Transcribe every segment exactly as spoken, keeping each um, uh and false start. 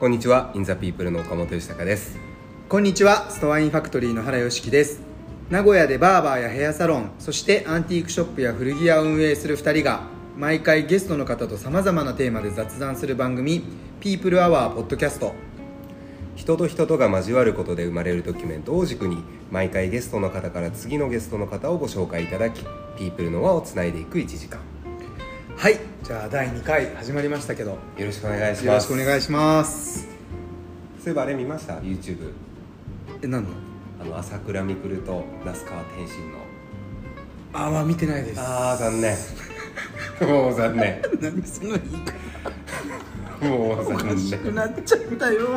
こんにちは、インザピープルの岡本義孝です。 こんにちは、ストアインファクトリーの原義樹です。名古屋でバーバーやヘアサロン、そしてアンティークショップや古着屋を運営するふたりが毎回ゲストの方とさまざまなテーマで雑談する番組ピープルアワーポッドキャスト。 人と人とが交わることで生まれるドキュメントを軸に毎回ゲストの方から次のゲストの方をご紹介いただき、ピープルの輪をつないでいくいちじかん。 はい、じゃあだいにかい始まりましたけど、よよろしくお願いします。 ろしくお願いします。 そういえばあれ見ました YouTube。 え、何の？ あの朝倉未来と那須川天心の。 あー、まあ見てないです。 あー残念もう残念何その言い方もう残念おかしくなっちゃったよ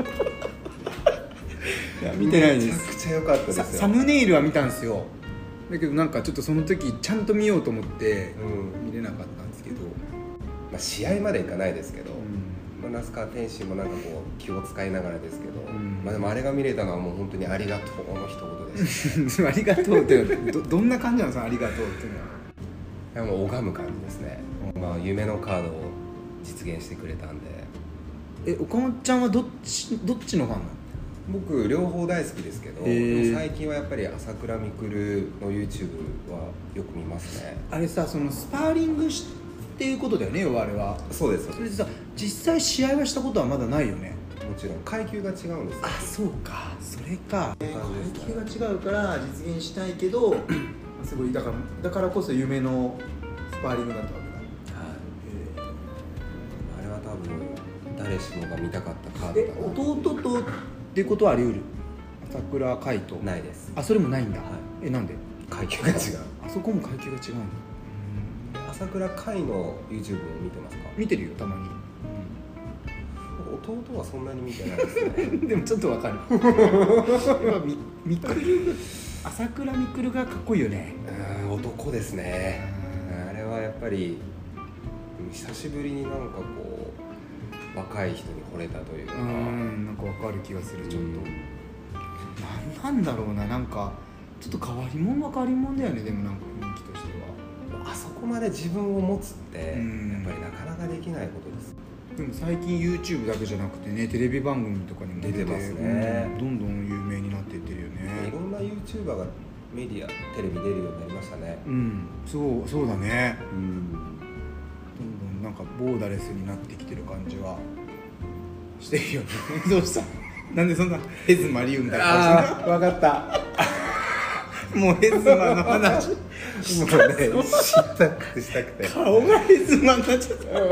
いや見てないです。 めちゃくちゃ良かったですよ。 サムネイルは見たんですよ。だけどなんかちょっとその時ちゃんと見ようと思ってうん見れなかったんですけど、 まあ、試合までいかないですけど、 うんまあ、那須川天心もなんかこう気を使いながらですけど、 うんまあ、でもあれが見れたのはもう本当にありがとうの一言ですねありがとうってど, どんな感じなんですか？ありがとうっていうのは。 いやもう拝む感じですね、まあ、夢のカードを実現してくれたんで。 え、岡本ちゃんはどっちどっちのファンなの？ 僕両方大好きですけど、 へーでも最近はやっぱり朝倉未来の YouTube はよく見ますね。 あれさ、そのスパーリングしっていうことだよね、要はあれは。 そうですそうです。 それでさ、実際試合はしたことはまだないよね。 もちろん階級が違うんですよ。 あ、そうか、それか。 そういう感じですね。 階級が違うから実現したいけどすごいだからだからこそ夢のスパーリングだったわけだ。 はい、 えあれは多分誰しもが見たかったカーー、えドだな。 弟とっていうことはあり得る？朝倉海とないです。 あ、それもないんだ。 はい、 え、なんで？ 階級が違う。 あそこも階級が違うんだ。 朝倉海の YouTube を見てますか？ 見てるよ、たまに。 弟はそんなに見てないですねでもちょっとわかるやっぱみみくる朝倉未来がかっこいいよね。 うん、男ですね。あれはやっぱり久しぶりになんかこう若い人に惚れたというか、 うん、なんかわかる気がする。ちょっと、 うん、 なんなんだろうな、なんかちょっと変わり者は変わり者だよね。でもなんか雰囲気としてはあそこまで自分を持つってうんやっぱりなかなかできないことです。 でも最近 YouTube だけじゃなくてね、テレビ番組とかにも出て出てますね。 うん、どんどん有名になっていってるよいね。 ろんな YouTuber がメディアテレビ出るようになりましたね。 うん、そうそうだね。 うんどんどんなんかボーダレスになってきてる感じはしてるよねどうした？なんでそんなヘズマリウムみたいな感ああ分かったじもうヘズマの話もうねしたくてしたくて顔がヘズマになっちゃった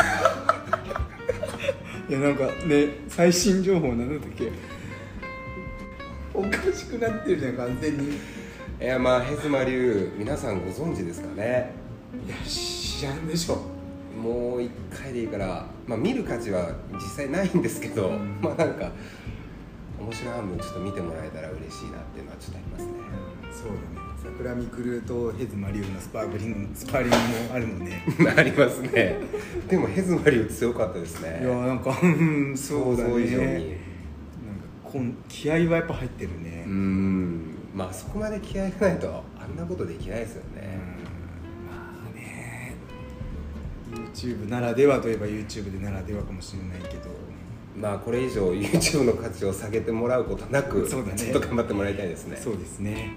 いや、なんかね、最新情報なんだっけ、おかしくなってるじゃん完全に。 いや、まあヘズマ流皆さんご存知ですかね。 いや、知らんでしょ。 もう一回でいいから、まあ、見る価値は実際ないんですけど、うん、まあなんか面白い半分ちょっと見てもらえたら嬉しいなっていうのはちょっとありますね。 そうだね、桜未来とヘズマリウムのスパークリングスパーリングもあるもんねありますねでもヘズマリウ強かったですね。 いや、なんかそうだね、 想像以上になんかこん気合はやっぱ入ってるね。 うーん、まあそこまで気合がないとあんなことできないですよね。 まあね、 YouTube ならではといえば YouTube でならではかもしれないけど、 まあこれ以上 YouTube の価値を下げてもらうことなく、 そうだね、 ちょっと頑張ってもらいたいですね。 そうですね。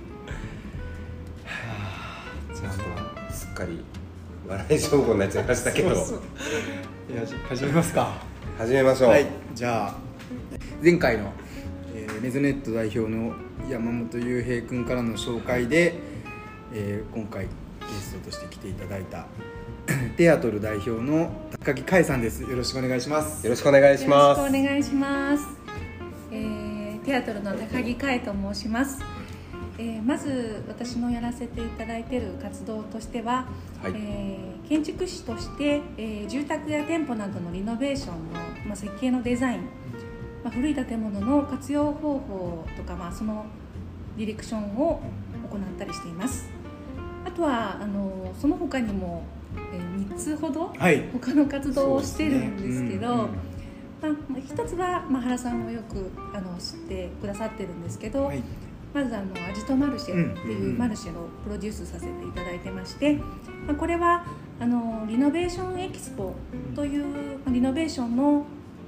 じゃあすっかり笑い情報になっちゃいましたけど、 そうそう、いや始めますか。 始めましょう。 はい、じゃあ前回の、えー、メゾネット代表の山本雄平君からの紹介で、えー、今回ゲストとして来ていただいたテアトル代表の高木海さんです。よろしくお願いします。 よろしくお願いします。 よろしくお願いします。えー、テアトルの高木海と申します。えー、まず私のやらせていただいている活動としては、はい、えー、建築士として、えー、住宅や店舗などのリノベーションの、まあ、設計のデザイン、まあ、古い建物の活用方法とか、まあ、そのディレクションを行ったりしています。あとはあのその他にも、えー、みっつほど他の活動をしてるんですけど、まあ、一つは、まあ、原さんもよくあの知ってくださってるんですけど、はい、まずあのアジトマルシェっていうマルシェをプロデュースさせていただいてまして、まあ、これはあのリノベーションエキスポという、まあ、リノベーションの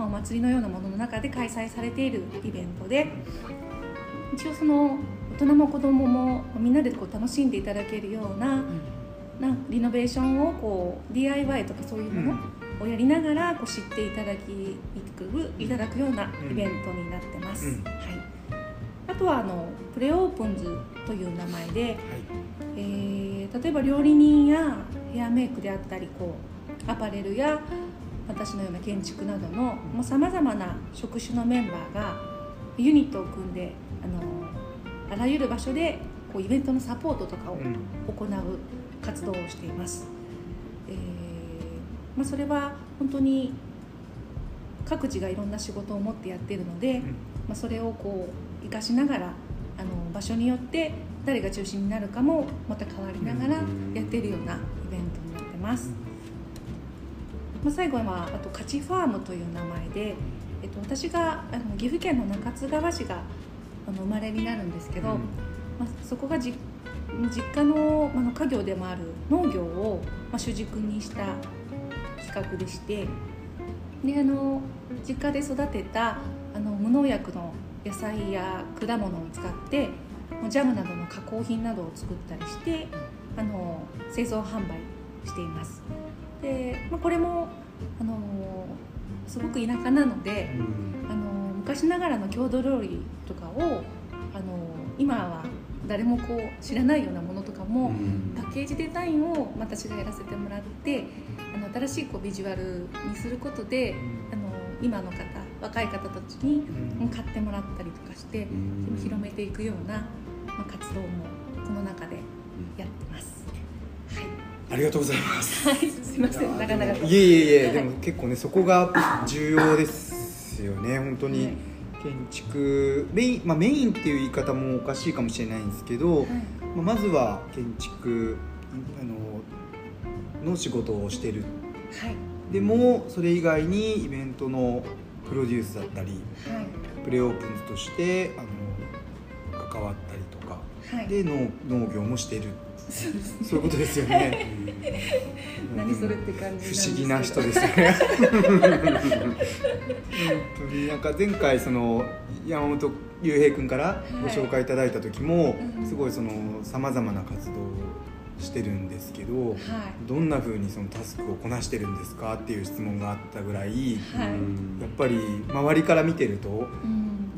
まあ、お祭りのようなものの中で開催されているイベントで、一応その大人も子どももみんなでこう楽しんでいただけるような、なリノベーションをこう ディーアイワイ とかそういうものをやりながらこう知っていただきいただくようなイベントになってます、うんうん、はい、あとはあのプレオープンズという名前で、はい、えー、例えば料理人やヘアメイクであったりこうアパレルや私のような建築などのさまざまな職種のメンバーがユニットを組んであのあらゆる場所でこうイベントのサポートとかを行う活動をしています、うん、えーまあ、それは本当に各地がいろんな仕事を持ってやっているので、うん、まあ、それをこう生かしながらあの場所によって誰が中心になるかもまた変わりながらやっているようなイベントになってます、うん、まあ、最後はあとカチファームという名前で、えっと、私があの岐阜県の中津川市があの生まれになるんですけど、うん、まあ、そこがじ実家の、まあ、家業でもある農業を、まあ、主軸にした企画でして、であの実家で育てたあの無農薬の野菜や果物を使ってジャムなどの加工品などを作ったりしてあの製造販売しています。で、まあ、これもあのすごく田舎なので、うん、あの昔ながらの郷土料理とかをあの今は誰もこう知らないようなものとかも、うん、パッケージデザインを私がやらせてもらってあの新しいこうビジュアルにすることで、うん、あの今の方若い方たちに買ってもらったりとかして、うん、広めていくような、まあ、活動もこの中でやってます、うん、はい、 ありがとうございます。 はい、すいません、なかなかいえいえいえ、でも結構ねそこが重要ですよね本当に、はい、建築メイン、まあ、メインっていう言い方もおかしいかもしれないんですけど、はい、まあ、まずは建築あのの仕事をしてる、はい、でもそれ以外にイベントのプロデュースだったり、はい、プレオープンズとしてあの関わったりとか、はい、で 農, 農業もしてるそうですね、そういうことですよね何それって感じ不思議な人ですよね本当になんか前回その山本雄平君からご紹介いただいた時も、はい、すごいその様々な活動をしてるんですけど、はい、どんな風にそのタスクをこなしてるんですかっていう質問があったぐらい、はい、やっぱり周りから見てると、うん、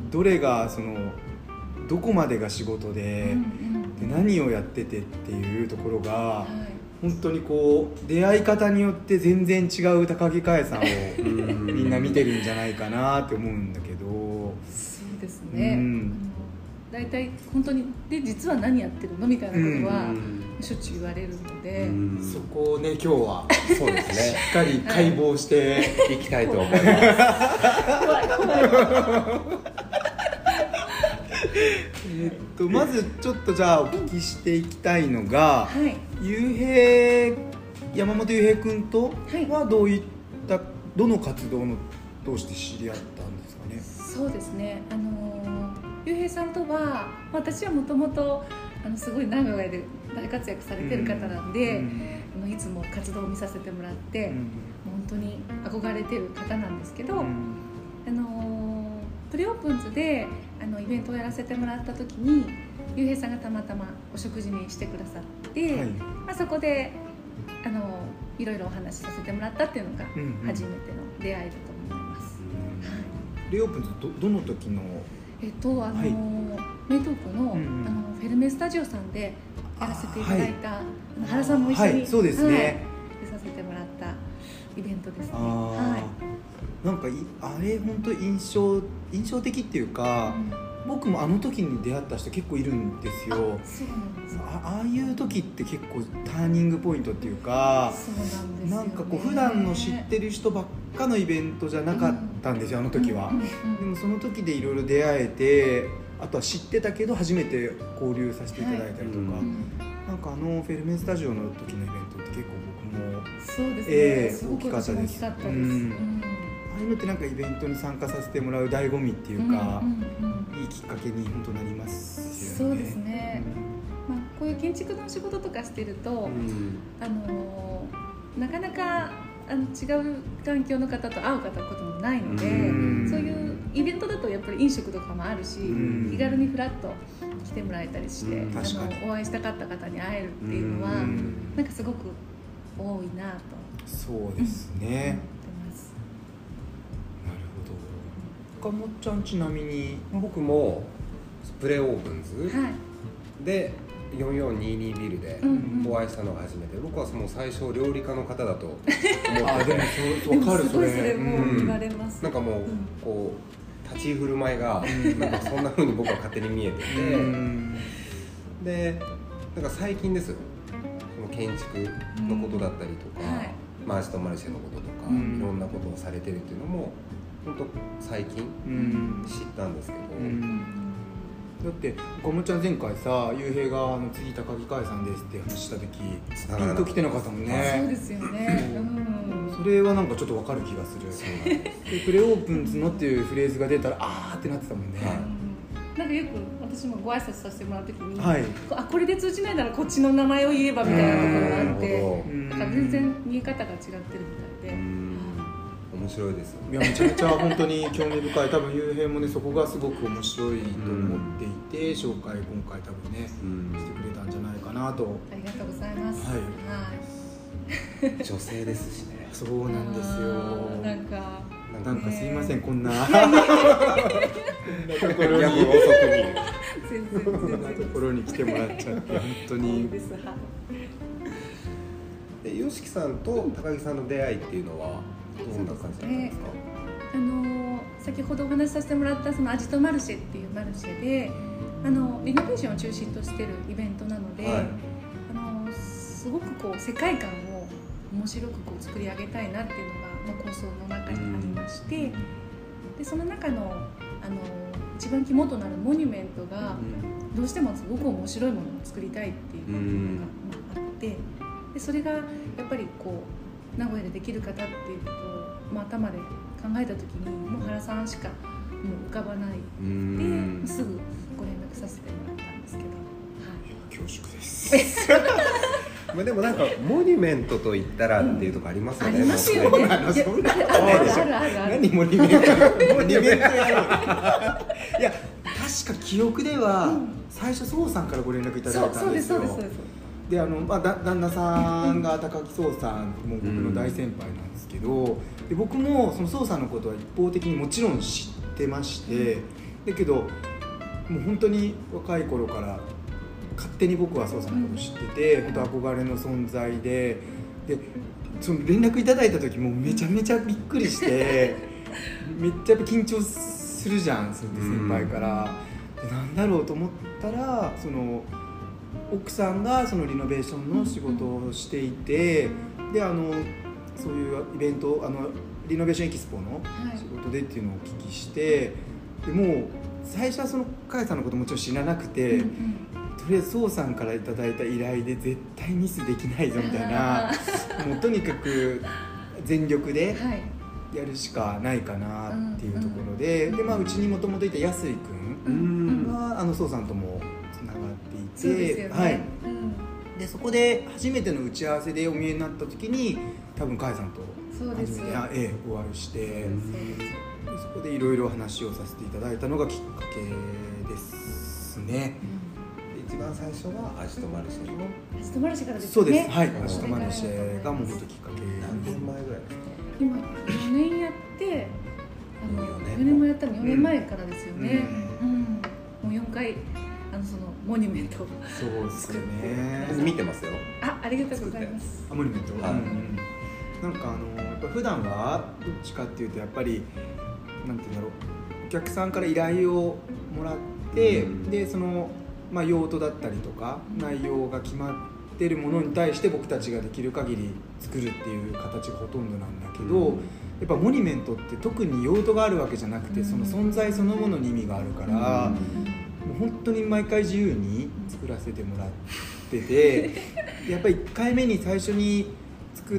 どれがそのどこまでが仕事で、うんうん、で何をやっててっていうところが、はい、本当にこう出会い方によって全然違う高木かえさんをみんな見てるんじゃないかなって思うんだけどそうですね、うん、だいたい本当にで実は何やってるのみたいなことは、うん、しょっちゅう言われるので、うん、 そこをね今日はそうですねしっかり解剖していきたいと思います怖い怖いえっとまずちょっとじゃあお聞きしていきたいのが、はい、雄平山本雄平君とはどういった、はい、どの活動のどうして知り合ったんですかね。 そうですね、あの雄平さんとは私はもともとすごい長屋で大活躍されてる方なんで、うんうん、いつも活動を見させてもらって、うん、本当に憧れてる方なんですけど、うん、あのプレオープンズであのイベントをやらせてもらった時に雄平さんがたまたまお食事にしてくださって、はい、まあ、そこであのいろいろお話しさせてもらったっていうのが初めての出会いだと思います、うんうん、はい、 プレオープンズ ど, どの時のえっとあの、はい、名東区 の,、うんうん、あのフェルメスタジオさんでやらせていただいた、はい、あの原さんも一緒に、はい、 そうですね、はい、 出させてもらったイベントですね。あ、はい、 なんかあれ本当印象印象的っていうか、うん、僕もあの時に出会った人結構いるんですよ。 あ、そうなんですね。 あ, ああいう時って結構ターニングポイントっていうか、 そうなんですよね、 なんかこう普段の知ってる人ばっかのイベントじゃなかったんですよ、うん、あの時は、うんうんうん、でもその時でいろいろ出会えて、あとは知ってたけど初めて交流させていただいたりとか、はい、うん、なんかあのフェルメスタジオの時のイベントって結構僕もそうですね、 えー、 すごく大きかったです。 大きかったです、うん、 ああいうのってなんかイベントに参加させてもらう醍醐味っていうか、うんうんうん、いいきっかけに本当なりますよね。 そうですね、うん、まあ、こういう建築の仕事とかしてると、うん、あのなかなかあの違う環境の方と会うこともないので、そういうイベントだとやっぱり飲食とかもあるし、気軽にフラッと来てもらえたりして、あのお会いしたかった方に会えるっていうのはなんかすごく多いなと。 そうですね、なるほど。岡本ちゃんちなみに僕もプレオープンズはいでよんよんにーにービルでお会いしたのが初めて、僕はもう最初料理家の方だと思ってあでもそう分かるそれ。 それも言われます。 なんかもうこう立ち振る舞いがなんかそんな風に僕は勝手に見えてて、でなんか最近ですよ、その建築のことだったりとか、 はい、 まあアジトマルシェのこととか、いろんなことをされてるっていうのも本当最近知ったんですけど、 だって岡本ちゃん前回さ、ゆうへいがあの次高木海さんですって話した時ピンと来てなかったもんね。 そうですよね、うん、 それはなんかちょっと分かる気がする。そうなんですでプレオープンズのっていうフレーズが出たらあーってなってたもんね、はい、 なんかよく私もご挨拶させてもらうときに、 はい、 あこれで通じないならこっちの名前を言えばみたいなところがあって、だから全然見え方が違ってるみたいで、 面白いですよね。 いやめちゃめちゃ本当に興味深い。多分ゆうへいもねそこがすごく面白いと思っていて、紹介今回多分ね、うん、してくれたんじゃないかなと。 ありがとうございます。 はい、 はい、 女性ですしね。 そうなんですよ。 なんかなんかすいません、こんなところに遅くにこんなところに来てもらっちゃって本当に。 で、よしきさんと高木さんの出会いっていうのはどんな感じだったんですか？ あの先ほどお話しさせてもらったそのアジトマルシェっていうマルシェで、あのリノベーションを中心としているイベントなので、はい、あのすごくこう世界観を面白くこう作り上げたいなっていうのが、まあ、構想の中にありまして、でその中の、あの一番肝となるモニュメントがどうしてもすごく面白いものを作りたいっていうのが、まあ、あって、でそれがやっぱりこう名古屋でできる方っていうことを、まあ、頭で考えた時にもう原さんしかもう浮かばないですぐご連絡させてもらったんですけど、 はい、恐縮ですまあでもなんかモニュメントと言ったらっていうところありますよね。 ありますよね。 あるあるあるある。何モニュメント？モニュメントやろう。いや確か記憶では最初宋さんからご連絡いただいたんですよ。そうですそうですそうです。であのまあだ旦那さんが高木宋さんも僕の大先輩なんですけど、で僕もその宋さんのことは一方的にもちろん知ってまして、だけどもう本当に若い頃から勝手に僕は宋さんのこと知ってて、本当憧れの存在で、でその連絡いただいた時もめちゃめちゃびっくりしてめっちゃやっぱ緊張するじゃん、それで先輩から。でなんだろうと思ったら、その奥さんがそのリノベーションの仕事をしていて、であのそういうイベント、あのリノベーションエキスポの仕事でっていうのをお聞きして、でもう最初はその加谷さんのこともちろん知らなくて、とりあえず宋さんからいただいた依頼で絶対ミスできないぞみたいなもうとにかく全力でやるしかないかなっていうところで、で、まあ、うちにもともといた安井君があの宋さんともつながっていて、はい、でそこで初めての打ち合わせでお見えになった時に多分加谷さんと初めてええお会いして、でそこでいろいろ話をさせていただいたのがきっかけですね。 一番最初はアジトマルシェのアジトマルシェからですね。 そうです、はい、アジトマルシェがもう本当きっかけ。 何年前ぐらいですか？ 今よねんやってあのよねんもやったのよねんまえからですよね、うんうん、もうよんかいあのそのモニュメントをそうですね。 見てますよ。 あ、ありがとうございます。 あモニュメント、はい、うん、なんかあのやっぱ普段はどっちかっていうとやっぱりなんていうんだろう、お客さんから依頼をもらって、うん、でそのまあ、用途だったりとか内容が決まってるものに対して僕たちができる限り作るっていう形がほとんどなんだけど、うん、やっぱモニュメントって特に用途があるわけじゃなくて、その存在そのものに意味があるから、うん、もう本当に毎回自由に作らせてもらっててやっぱりいっかいめに最初に作った、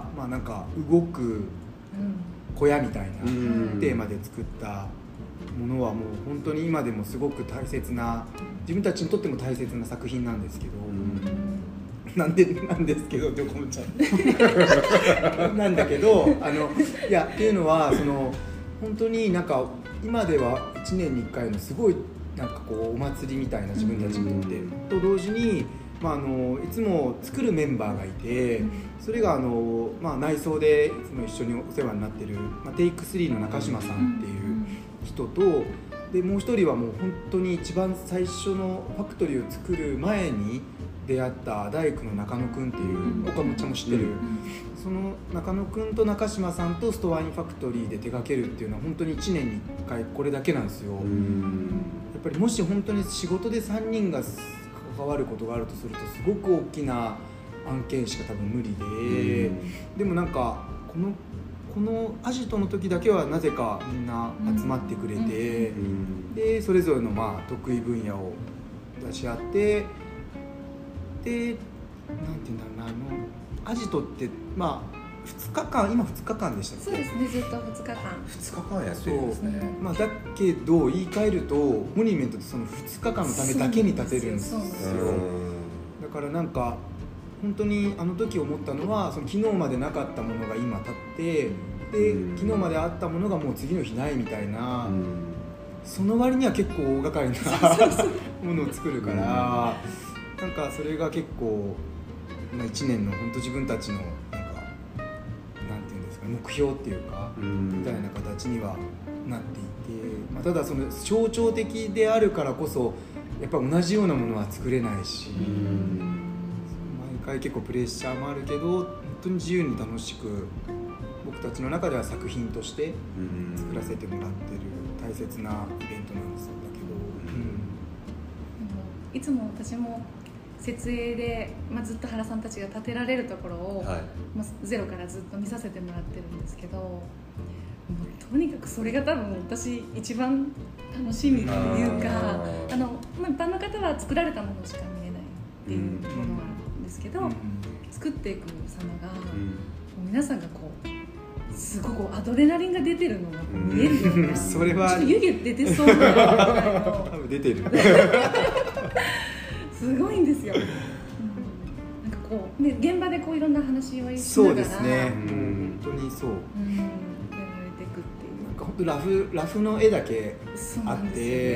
まあ、なんか動く小屋みたいなテーマで作ったものはもう本当に今でもすごく大切な、自分たちにとっても大切な作品なんですけど、 なんでなんですけどって思っちゃうなんだけどあのいやっていうのはその本当になんか今ではいちねんにいっかいのすごいなんかこうお祭りみたいな自分たちにとって、と同時に、まあ、あのいつも作るメンバーがいて、それがあの、まあ、内装でいつも一緒にお世話になってる、まあ、テイクスリーの中島さんっていう人と、でもう一人はもう本当に一番最初のファクトリーを作る前に出会った大工の中野くんっていう岡本ちゃんも知ってる、その中野くんと中島さんとストワインファクトリーで手掛けるっていうのは本当にいちねんにいっかいこれだけなんですよ。やっぱりもし本当に仕事でさんにんが関わることがあるとするとすごく大きな案件しか多分無理で、でもなんかこのこのアジトの時だけはなぜかみんな集まってくれて、でそれぞれのまあ得意分野を出し合って、でなんていうんだろうな、あのアジトってまあふつかかん、今ふつかかんでしたっけ？ そうですね、ずっとふつかかんふつかかんやってるんですね。 まあ、だけど言い換えるとモニュメントってそのふつかかんのためだけに建てるんですよ。だからなんか本当にあの時思ったのは、その昨日までなかったものが今建ってで昨日まであったものがもう次の日ないみたいな、その割には結構大掛かりなものを作るから、なんかそれが結構、まあ、いちねんの本当自分たちのなんかなんていうんですか、目標っていうかみたいな形にはなっていて、まあ、ただその象徴的であるからこそやっぱ同じようなものは作れないし、毎回結構プレッシャーもあるけど本当に自由に楽しく僕たちの中では作品として作らせてもらってる大切なイベントなんですだけど、 うん、いつも私も設営で、まあ、ずっと原さんたちが建てられるところを、はい、まあ、ゼロからずっと見させてもらってるんですけど、もうとにかくそれが多分私一番楽しみというか、あの、まあ、一般の方は作られたものしか見れないっていうものがあるんですけど、うん、作っていく様が、うん、もう皆さんがこうすごくアドレナリンが出てるのが見えるような、うん、 それはちょっと湯気出てそうなぐらいの多分出てるすごいんですよ、うん、なんかこう、ね、現場でこういろんな話をしながら、 そうですね、うん、本当にそう、 うん、やられていくっていう、 なんか本当ラフラフの絵だけあって、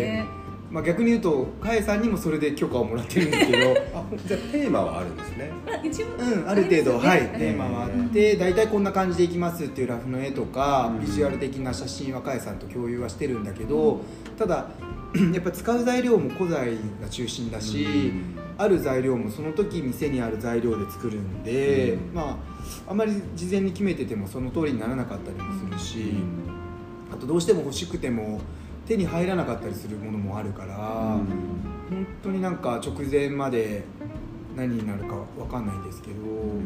ね、まあ、逆に言うとカエさんにもそれで許可をもらってるんですけどあ、じゃあテーマはあるんですね。 あ、一応、 うん、ある程度、はい、テーマはあって大体こんな感じでいきますっていうラフの絵とか、うん、ビジュアル的な写真はカエさんと共有はしてるんだけど、ただやっぱ使う材料も古材が中心だし、うん、ある材料もその時店にある材料で作るんで、うん、まああんまり事前に決めててもその通りにならなかったりもするし、うん、あとどうしても欲しくても手に入らなかったりするものもあるから、うん、本当になんか直前まで何になるか分かんないんですけど、うん、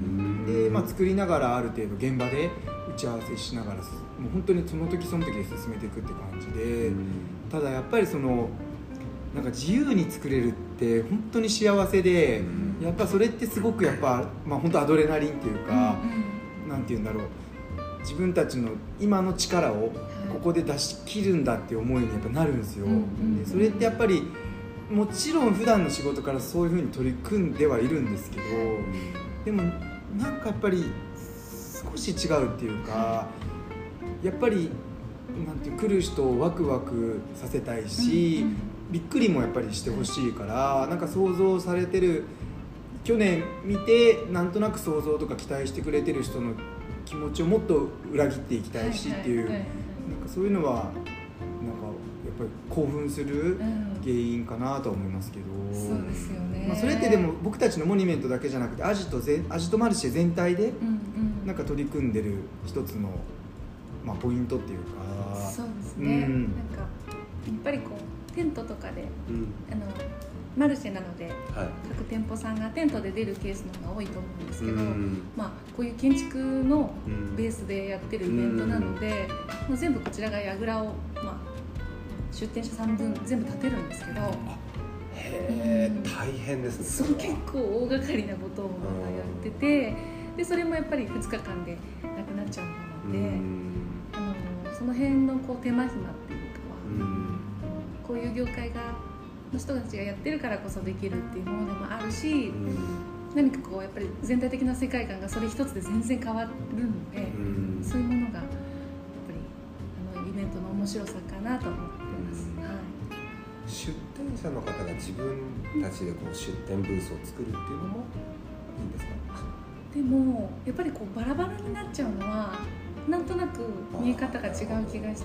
で、まあ、作りながらある程度現場で打ち合わせしながらもう本当にその時その時で進めていくって感じで、うん、ただやっぱりそのなんか自由に作れるって本当に幸せで、うん、やっぱそれってすごくやっぱ、まあ、本当アドレナリンっていうか、うん、なんていうんだろう、自分たちの今の力をここで出し切るんだっていう思いにやっぱなるんですよ、うん、でそれってやっぱりもちろん普段の仕事からそういう風に取り組んではいるんですけど、でもなんかやっぱり少し違うっていうか、やっぱりなんていう来る人をワクワクさせたいし、うんうん、びっくりもやっぱりしてほしいから、なんか想像されてる、去年見てなんとなく想像とか期待してくれてる人の気持ちをもっと裏切っていきたいしっていう、はいはいはい、なんかそういうのはなんかやっぱり興奮する原因かなとは思いますけど、 うん、そうですよね、 まあ、それってでも僕たちのモニュメントだけじゃなくてアジトぜアジトマルシェ全体でなんか取り組んでる一つの、まあ、ポイントっていうか、 そうですね、うん、なんかやっぱりこうテントとかで、うん、あのマルシェなので、はい、各店舗さんがテントで出るケースの方が多いと思うんですけど、うん、まあ、こういう建築のベースでやってるイベントなので、うん、まあ、全部こちらが櫓を、まあ、出店者さんぶん全部建てるんですけど、 へー、うん、大変ですね。 そそう結構大掛かりなことをやってて、でそれもやっぱりふつかかんでなくなっちゃうので、うん、あのその辺のこう手間暇っていうかは、うん、こういう業界がの人たちがやってるからこそできるっていうものでもあるし、うん、 何かこうやっぱり全体的な世界観がそれ一つで全然変わるので、 うんそういうものがやっぱりあのイベントの面白さかなと思ってます、 うんはい、 出店者の方が自分たちでこう出店ブースを作るっていうのもいいんですか？ でもやっぱりこうバラバラになっちゃうのはなんとなく見え方が違う気がして、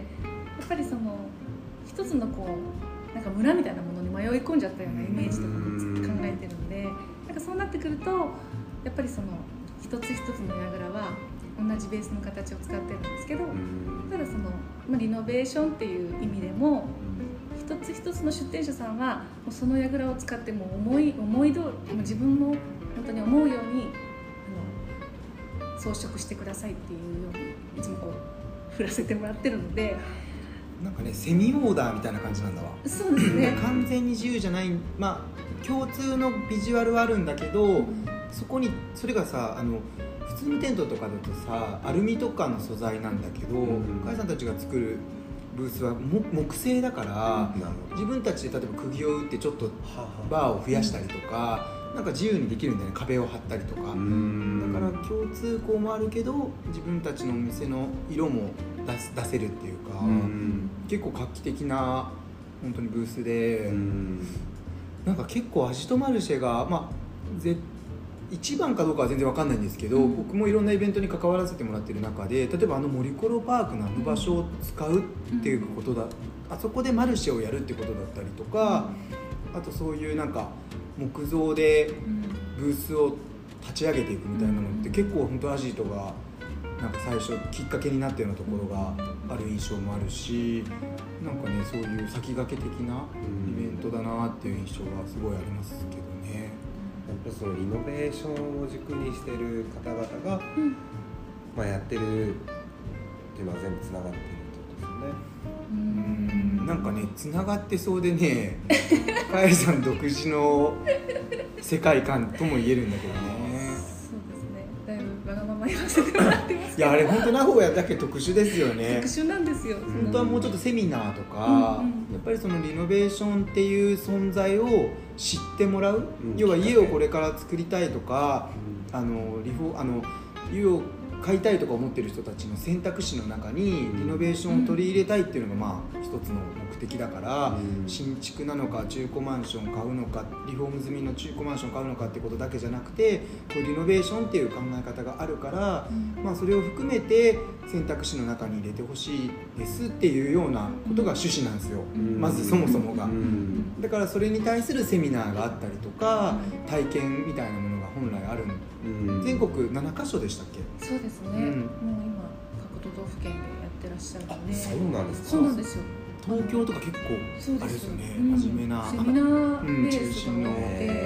やっぱりその一つのこうなんか村みたいなものに迷い込んじゃったようなイメージとかも考えてるので、なんかそうなってくるとやっぱりその一つ一つの櫓は同じベースの形を使ってるんですけど、ただその、まあ、リノベーションっていう意味でも一つ一つの出店者さんはもうその櫓を使ってもう思い思い通り、もう自分の本当に思うようにあの装飾してくださいっていうようにいつもこう振らせてもらってるので、 なんかねセミオーダーみたいな感じなんだわ。 そうですね完全に自由じゃない、まあ共通のビジュアルはあるんだけど、うん、そこにそれがさあの普通のテントとかだとさアルミとかの素材なんだけど、うん、甲斐さんたちが作るブースは木製だから、うん、自分たちで例えば釘を打ってちょっとバーを増やしたりとか、うん、なんか自由にできるんだよね。壁を張ったりとか、うん、だから共通項もあるけど自分たちのお店の色も出す、出せるっていうか、うん、結構画期的な本当にブースで、うん、なんか結構アジトマルシェが、まあ、ぜ一番かどうかは全然わかんないんですけど、うん、僕もいろんなイベントに関わらせてもらってる中で、例えばあの森コロパークのあの場所を使うっていうことだ、うん、あそこでマルシェをやるってことだったりとか、うん、あとそういうなんか木造でブースを立ち上げていくみたいなのって結構本当アジトがなんか最初きっかけになったようなところがある印象もあるし、なんかねそういう先駆け的なイベントだなっていう印象がすごいありますけどね。 やっぱそのリノベーションを軸にしている方々が、うん、まあ、やってるっていうのは全部つながっているってことですよね。 うーん、なんかねつながってそうでね甲斐さん独自の世界観とも言えるんだけどね。 だいぶわがまま言わせてもらってますけど、 いやあれ本当名古屋だけ特殊ですよね。 特殊なんですよ。 本当はもうちょっとセミナーとか、うんうん、やっぱりそのリノベーションっていう存在を知ってもらう、うん、要は家をこれから作りたいとか、うん、あのリフォあの家を買いたいとか思ってる人たちの選択肢の中にリノベーションを取り入れたいっていうのがまあ一つの目的だから、うん、新築なのか中古マンション買うのかリフォーム済みの中古マンション買うのかってことだけじゃなくて、こういうリノベーションっていう考え方があるから、うん、まあ、それを含めて選択肢の中に入れてほしいですっていうようなことが趣旨なんですよ、うん、まずそもそもが、うん、だからそれに対するセミナーがあったりとか、うん、体験みたいなものが本来ある、うん、全国ななかしょでしたっけ？ そうですね、うん、もう今各都道府県でやってらっしゃるので。 そうなんですか？ そうなんですよ。 東京とか結構あれですよね、真面目なセミナーベースとかもあって、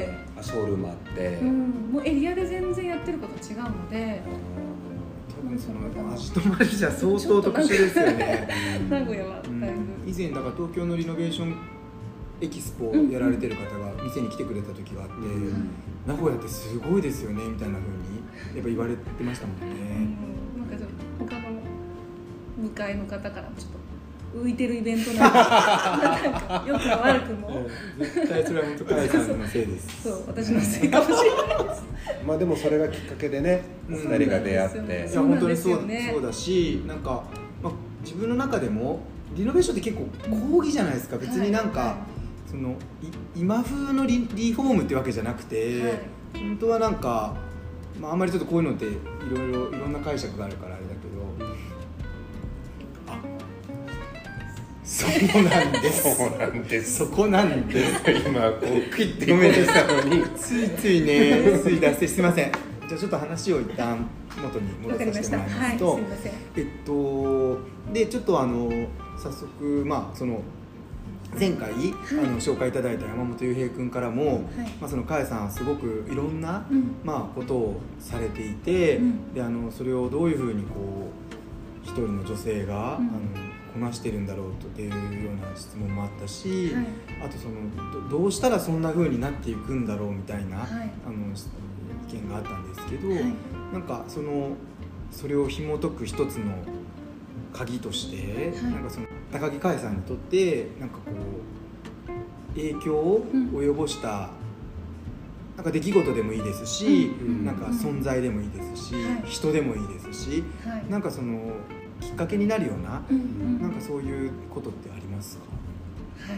うん、ショールームあって、 うん、もうエリアで全然やってること違うので、 多分その味とマルシェは相当特殊ですよね。 名古屋はだいぶ、うん、 以前だから東京のリノベーションエキスポやられてる方が店に来てくれた時があって、うんうん、名古屋ってすごいですよねみたいな風にやっぱ言われてましたもんね、 うん、なんか他の向かいの方からもちょっと浮いてるイベントなんか良くも悪くも絶対それは本当甲斐さんのせいです。 そう私のせいかもしれないです。 まあでもそれがきっかけでね、ふたりが出会って、いや本当にそう、そうだし、なんか、まあ、自分の中でもリノベーションって結構講義じゃないですか。別になんか、はいはい、その今風の リ, リフォームってわけじゃなくて、はい、本当はなんか、まあ、あんまりちょっとこういうのっていろいろいろんな解釈があるからあれだけど、あ、そうなんですそうなんですそこなんです今こうクイッてごめんなさいのについついねつい出してすいません。じゃあちょっと話を一旦元に戻させてもらいますと、 はい、すいません。 えっとでちょっとあの早速まあその前回、はい、あの紹介いただいた山本雄平君からも、はい、まあ、その甲斐さんはすごくいろんな、うん、まあ、ことをされていて、うん、であのそれをどういうふうにこう一人の女性が、うん、あのこなしてるんだろうというような質問もあったし、はい、あとその ど, どうしたらそんなふうになっていくんだろうみたいな、はい、あの意見があったんですけど、はい、なんかそのそれを紐解く一つの鍵として、はい、なんかその高木甲斐さんにとってなんかこう影響を及ぼしたなんか出来事でもいいですし、 うん、 なんか存在でもいいですし、うん、人でもいいですし、はい、なんかそのきっかけになるような、うん、なんかそういうことってありますか？ はい、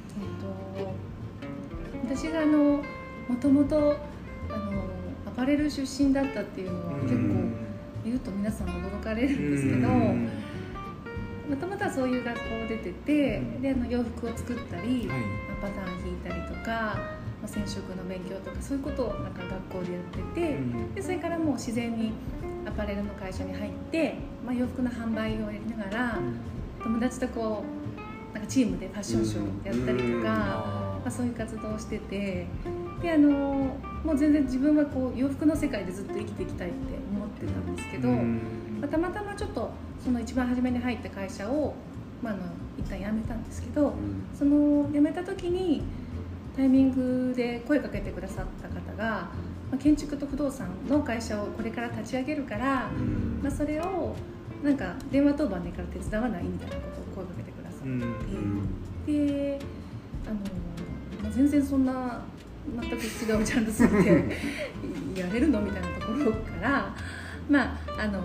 えっと、私があのもともとあのアパレル出身だったっていうのは結構言うと皆さん驚かれるんですけど、もともとはそういう学校出てて、であの洋服を作ったり、はい、パターン引いたりとか、染色の勉強とかそういうことをなんか学校でやってて、でそれからもう自然にアパレルの会社に入って、まあ、洋服の販売をやりながら、友達とこうなんかチームでファッションショーやったりとか、まあ、そういう活動をしてて、であのもう全然自分はこう洋服の世界でずっと生きていきたいって思ってたんですけど、まあ、たまたまちょっとその一番初めに入った会社を、まあ、あの一旦辞めたんですけど、その辞めた時にタイミングで声かけてくださった方が、まあ、建築と不動産の会社をこれから立ち上げるから、まあ、それをなんか電話当番でから手伝わないみたいなことを声かけてくださって、であの、まあ、全然そんな全く違うジャンルすぎてやれるのみたいなところからまああの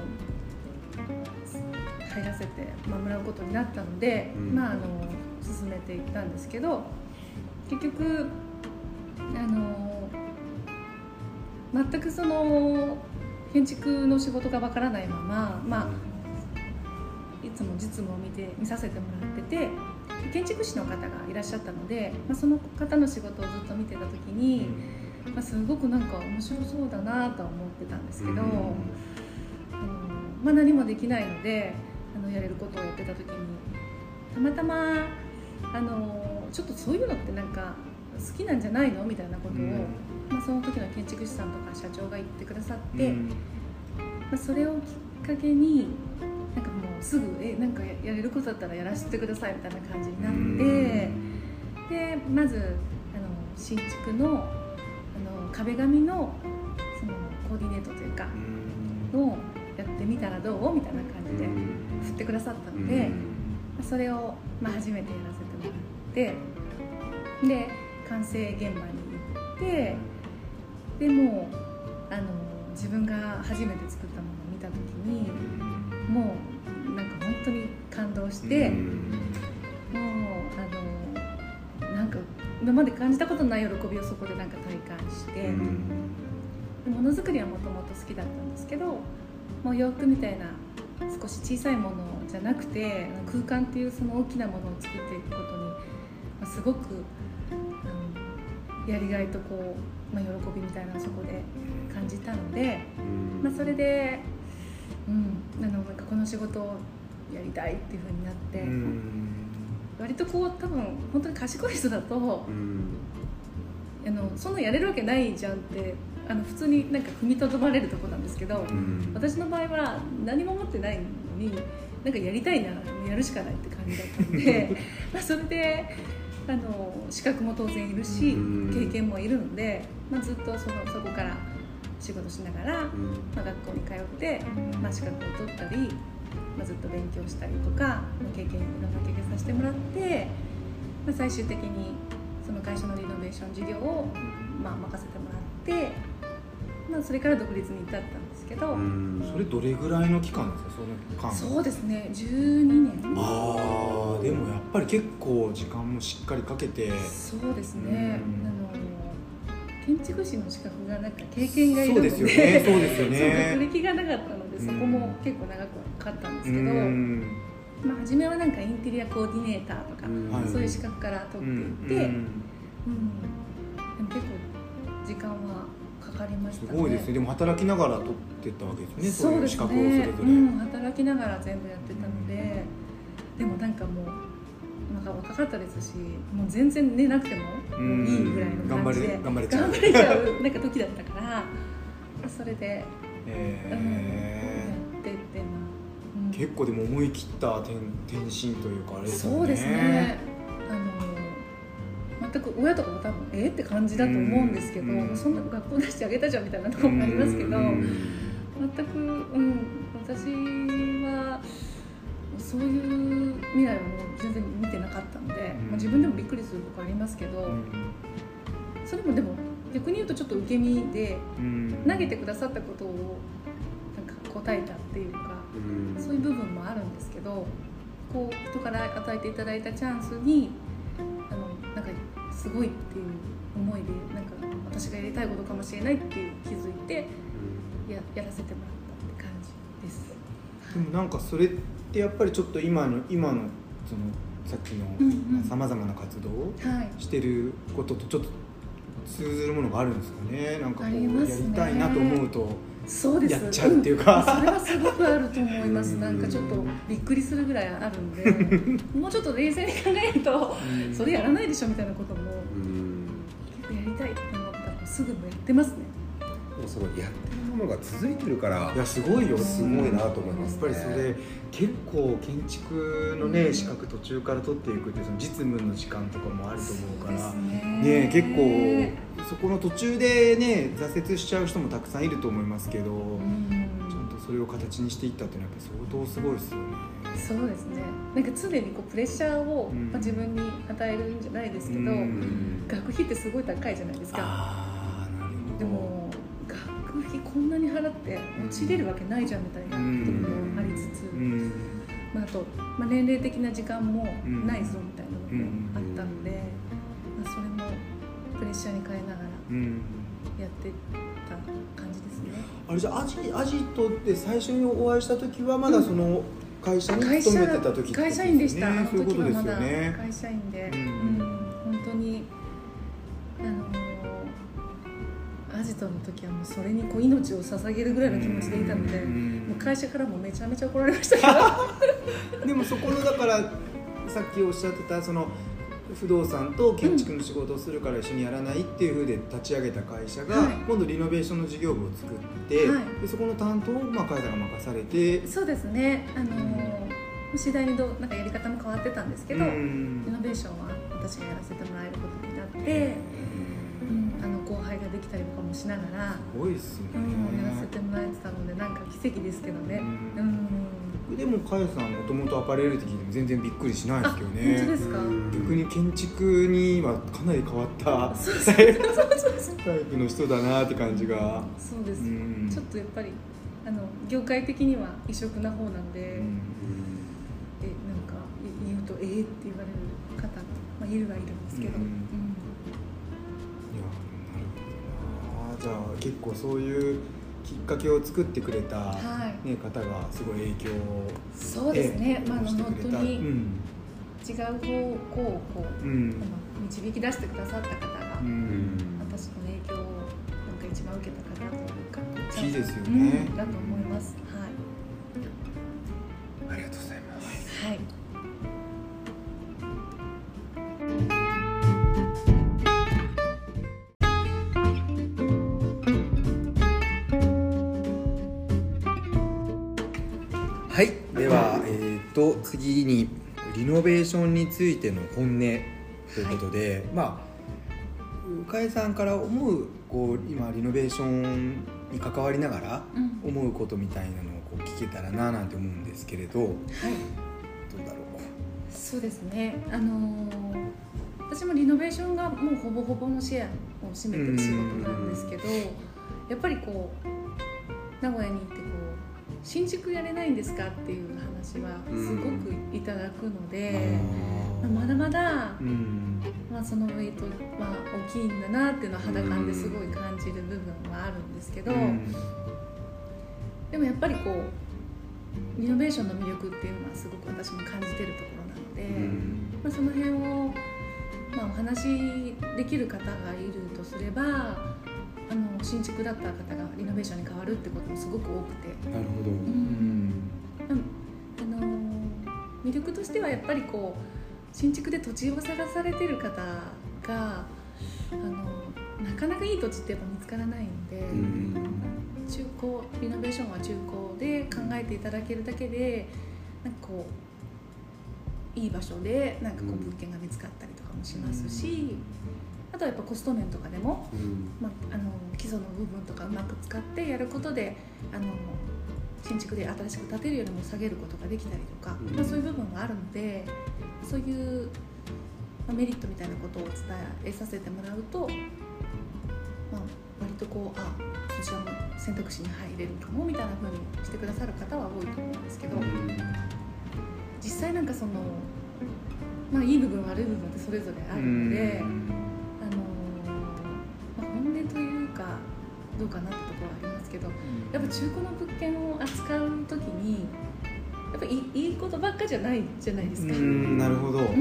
入らせてもらうことになったので、うん、まああの進めていったんですけど、結局あの全くその建築の仕事がわからないまま、まあいつも実務を見て見させてもらってて、建築士の方がいらっしゃったので、まあ、その方の仕事をずっと見てた時に、まあ、すごくなんか面白そうだなとは思ってたんですけど、うんうんまあ、何もできないのであのやれることをやってた時にたまたまあのちょっとそういうのってなんか好きなんじゃないのみたいなことを、うんまあ、その時の建築士さんとか社長が言ってくださって、うんまあ、それをきっかけになんかもうすぐえなんかやれることだったらやらせてくださいみたいな感じになって、うん、でまずあの新築の、あの壁紙のそのコーディネートというか、うん、をやってみたらどうみたいな感じで振ってくださったので、うん、それを、まあ、初めてやらせてもらってで完成現場に行ってでもあの自分が初めて作ったものを見た時にもうなんか本当に感動して、うん、もうあのなんか今まで感じたことのない喜びをそこでなんか体感して、うん、ものづくりはもともと好きだったんですけどもう洋服みたいな少し小さいものじゃなくて空間っていうその大きなものを作っていくことにすごくあのやりがいとこう、まあ、喜びみたいなのをそこで感じたので、うんまあ、それで、うん、あのなんかこの仕事をやりたいっていう風になって、うん、割とこう多分本当に賢い人だと、うん、あのそんなやれるわけないじゃんってあの普通になんか踏みとどまれるところなんですけど、うん、私の場合は何も持ってないのになんかやりたいなやるしかないって感じだったのでまあそれであの資格も当然いるし、うん、経験もいるので、まあ、ずっとそのそこから仕事しながら、うんまあ、学校に通って、まあ、資格を取ったり、まあ、ずっと勉強したりとか経験いろんな経験させてもらって、まあ、最終的にその会社のリノベーション事業を、まあ、任せてもらって、まあ、それから独立に至ったんですけど、うん、 それどれぐらいの期間ですかその間？ そうですねじゅうにねん。 ああでもやっぱり結構時間もしっかりかけて。 そうですね、うん、あの建築士の資格がなんか経験がいるのでそうですよねそうですよね学歴がなかったのでそこも結構長くかかったんですけど、うんまあ、初めはなんかインテリアコーディネーターとか、うん、そういう資格から取っていって、うんうん、でも結構時間はかかりましたね。 すごいですね。でも働きながら取ってったわけですね。そういう資格をそれぞれ、 うん、働きながら全部やってたので、うん、でもなんかもうなんか若かったですし、もう全然寝なくてもいいぐらいの感じで頑張れちゃう頑張れちゃうなんか時だったからそれで、 えーうん、やってって、まあうん、 結構でも思い切った転転身というかあれですよね。 そうですね。あの全く親とかも多分えー、って感じだと思うんですけど、うん、そんな学校出してあげたじゃんみたいなところもありますけど、うん、全く、うん、私はそういう未来はもう全然見てなかったので、うんまあ、自分でもびっくりするとこありますけど、うん、それもでも逆に言うとちょっと受け身で、 うん、 投げてくださったことをなんか答えたっていうか、うん、そういう部分もあるんですけど、こう人から与えていただいたチャンスにあのなんかすごいっていう思いで、なんか私がやりたいことかもしれないっていう気づいて や, やらせてもらったって感じです。 でもなんかそれってやっぱりちょっと今の今のそのさっきのさまざまな活動をしてることとちょっと通ずるものがあるんですかね。なんかこう、ね、やりたいなと思うとそうです、 やっちゃうっていうか、 うん、それはすごくあると思います。なんかちょっとびっくりするぐらいあるんでもうちょっと冷静に考えるとそれやらないでしょみたいなこともやりたいって思ったらすぐもやってますね。 もうそのやってるものが続いてるから、 いやすごいよ、 すごいなと思いますね。 やっぱりそれ結構建築のね資格途中から取っていくってその実務の時間とかもあると思うから、ね結構そこの途中でね挫折しちゃう人もたくさんいると思いますけど、ちゃんとそれを形にしていったっていうのはやっぱ相当すごいですよね。 そうですね。なんか常にこうプレッシャーを、うんまあ、自分に与えるんじゃないですけど、うん、学費ってすごい高いじゃないですか。 あーなるほど。 でも学費こんなに払って落ちれるわけないじゃんみたいなところもありつつ、うんまあ、あと、まあ、年齢的な時間もないぞみたいなのもあったので、まあ、それもプレッシャーに変えながらやってた感じですね。 あれじゃあアジ、アジトで最初にお会いした時はまだその会社に勤めてた時ってことですね。 会社員でした。あの時はまだね、 会社員で、うんうん、本当にあのアジトの時はもうそれにこう命を捧げるぐらいの気持ちでいたので、もう会社からもめちゃめちゃ怒られましたけどでもそこのだからさっきおっしゃってたその不動産と建築の仕事をするから一緒にやらないっていう風で立ち上げた会社が、はい、今度リノベーションの事業部を作って、はい、でそこの担当をまあ海さんが任されて、 そうですね、あのー、次第にどうなんかやり方も変わってたんですけど、リノベーションは私がやらせてもらえることになって、うん、あの後輩ができたりとかもしながらすごいっすね、 うん、やらせてもらえてたのでなんか奇跡ですけどね、うんうんでもかやさんもともとアパレルって聞いても全然びっくりしないですけどね。 本当ですか。 逆に建築にはかなり変わったタイプの人だなって感じが。 そうです、うん、ちょっとやっぱりあの業界的には異色な方なんで、うん、えなんか言うとえーって言われる方が、まあ、いるはいるんですけど、うんうん、いやなるほどな。じゃあ結構そういうきっかけを作ってくれた、はいね、方がすごい影響をそうですね、まあ、本当に違う方向をこう、うん、導き出してくださった方が、うん、私の影響をなんか一番受けた方というか大きいですよね、 うん、だと思います、 はい、ありがとうございます、 はいはい、では、えー、と次にリノベーションについての本音ということで、はい、まあ深井さんから思うこう今リノベーションに関わりながら思うことみたいなのをこう聞けたらななんて思うんですけれど、はい、どうだろう。 そうですね、あのー、私もリノベーションがもうほぼほぼのシェアを占めてる仕事なんですけど、やっぱりこう名古屋に行ってこう新築やれないんですかっていう話はすごくいただくので、うん、まだまだ、うんまあ、そのウェイトは大きいんだなっていうのは肌感ですごい感じる部分はあるんですけど、うん、でもやっぱりこうリノベーションの魅力っていうのはすごく私も感じてるところなので、うんまあ、その辺を、まあ、お話しできる方がいるとすればあの新築だった方がリノベーションに変わるってこともすごく多くて、 なるほど、 うんあの魅力としてはやっぱりこう新築で土地を探されてる方があのなかなかいい土地ってやっぱ見つからないので、うん、中古リノベーションは中古で考えていただけるだけでなんかこういい場所でなんかこう物件が見つかったりとかもしますし、うんあとはやっぱコスト面とかでも、うんまあ、あの基礎の部分とかうまく使ってやることであの新築で新しく建てるよりも下げることができたりとか、うんまあ、そういう部分があるのでそういう、まあ、メリットみたいなことを伝えさせてもらうと、まとこうあそちらも選択肢に入れるかもみたいな風にしてくださる方は多いと思うんですけど、実際なんかそのまあいい部分悪い部分ってそれぞれあるので、あの、まあ、本音というかどうかなってところはありますけど、やっぱ中古の物件を扱う時にやっぱいい、いいことばっかじゃないじゃないですか。 うん、なるほど、 うん、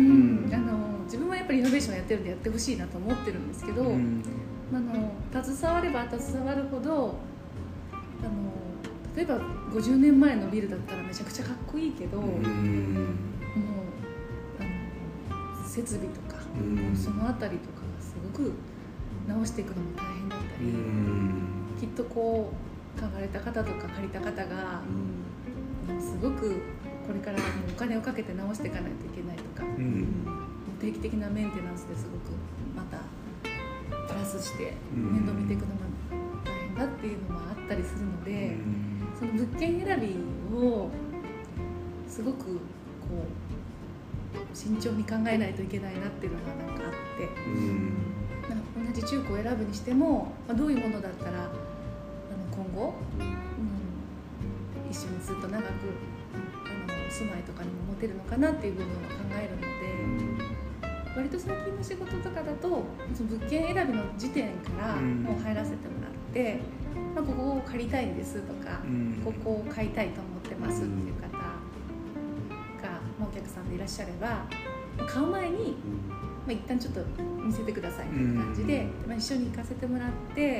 あの自分はやっぱりイノベーションやってるんでやってほしいなと思ってるんですけど、うん、あの携われば携わるほどあの例えばごじゅうねんまえのビルだったらめちゃくちゃかっこいいけど、うん、もうあの設備とか、うん、そのあたりとかがすごく直していくのも大変だったり、うん、きっとこう買われた方とか借りた方が、うん、すごくこれからもうお金をかけて直していかないといけないとか、うん、定期的なメンテナンスですごくまたプラスして面倒見ていくのが大変だっていうのもあったりするので、うん、その物件選びをすごくこう慎重に考えないといけないなっていうのがなんかあって、うん、なんか同じ中古を選ぶにしても、まあ、どういうものだったらあの今後、うん、一緒にずっと長く住まいとかにも持てるのかなっていう部分を考えるので、割と最近の仕事とかだとその物件選びの時点からもう入らせてもらって、まあ、ここを借りたいんですとか、ここを買いたいと思ってますっていう方が、まあ、お客さんでいらっしゃれば買う前に、まあ、一旦ちょっと見せてくださいみたいな感じで、まあ、一緒に行かせてもらって、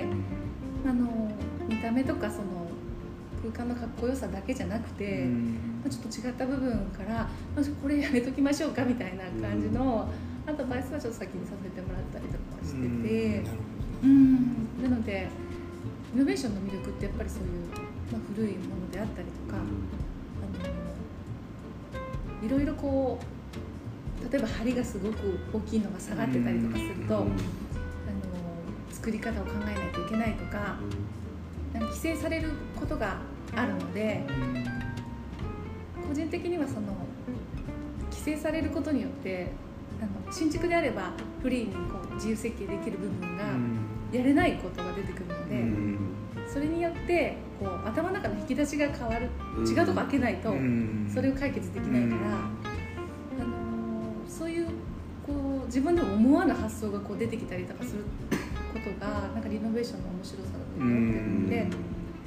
あの見た目とかその空間のかっこよさだけじゃなくて、うん、まあ、ちょっと違った部分から、まあ、これやめときましょうかみたいな感じの、うん、アドバイスはちょっと先にさせてもらったりとかしてて、うん、うん、なのでイノベーションの魅力ってやっぱりそういう、まあ、古いものであったりとか、あのいろいろこう例えば梁がすごく大きいのが下がってたりとかすると、うん、あの作り方を考えないといけないとか、なんか規制されることがあるので、個人的にはその規制されることによってあの新築であればフリーにこう自由設計できる部分がやれないことが出てくるので、うん、それによってこう頭の中の引き出しが変わる、違うとこ開けないとそれを解決できないから、うん、あのそういう、こう自分でも思わぬ発想がこう出てきたりとかすることがなんかリノベーションの面白さだと思ってるので、うん、うん、あの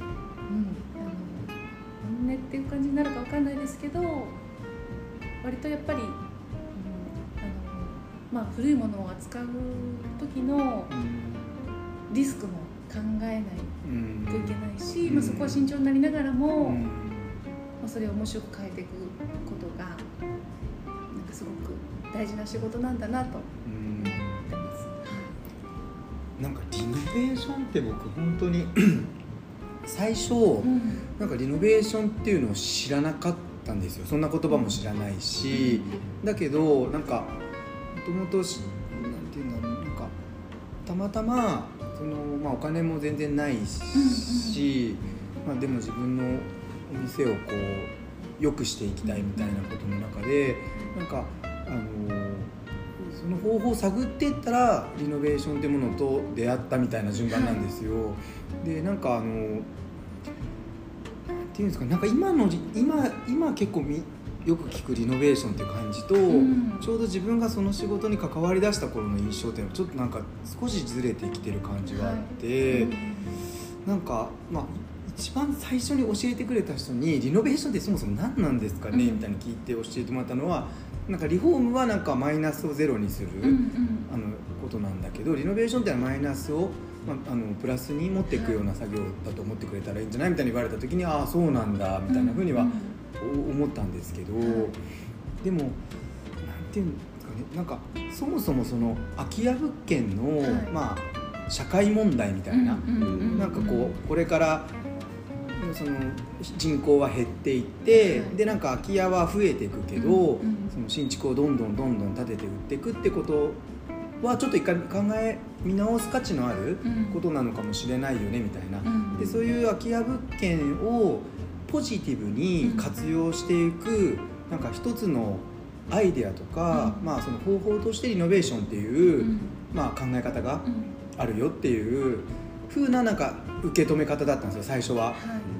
本音っていう感じになるか分かんないですけど、割とやっぱり、うん、あのまあ、古いものを扱う時のリスクも考えないといけないし、うん、まあ、そこは慎重になりながらも、うん、まあ、それを面白く変えていくことがなんかすごく大事な仕事なんだなと思ってます。 うん、なんかリノベーションって僕本当に最初、うん、なんかリノベーションっていうのを知らなかったんですよ。そんな言葉も知らないし、うん、だけどなんかもともとなんていうんだろう、なんかたまたまその、まあ、お金も全然ないし、うんうん、まあ、でも自分のお店をこう良くしていきたいみたいなことの中で、なんかあのその方法を探っていったらリノベーションってものと出会ったみたいな順番なんですよ。で、なんかあのっていうんですか、なんか今の今今結構みよく聞くリノベーションっていう感じと、うん、ちょうど自分がその仕事に関わりだした頃の印象っていうのはちょっとなんか少しずれてきてる感じがあって、はい、うん、なんかまあ一番最初に教えてくれた人にリノベーションってそもそも何なんですかね、うん、みたいに聞いて教えてもらったのは、なんかリフォームはなんかマイナスをゼロにする、うんうん、あのことなんだけど、リノベーションってのはマイナスを、まあ、あのプラスに持っていくような作業だと思ってくれたらいいんじゃないみたいに言われた時に、ああそうなんだみたいな風には思ったんですけど、でもなんていうんですかね、なんかそもそもその空き家物件の、はい、まあ社会問題みたいな、なんかこうこれからその人口は減っていって、はい、でなんか空き家は増えていくけど、うんうん、その新築をどんどんどんどん建てて売っていくってことはちょっと一回考え見直す価値のあることなのかもしれないよねみたいな、うん、でそういう空き家物件をポジティブに活用していく、うん、なんか一つのアイデアとか、うん、まあその方法としてリノベーションっていう、うん、まあ考え方があるよっていう風ななんか受け止め方だったんですよ最初は、 はい、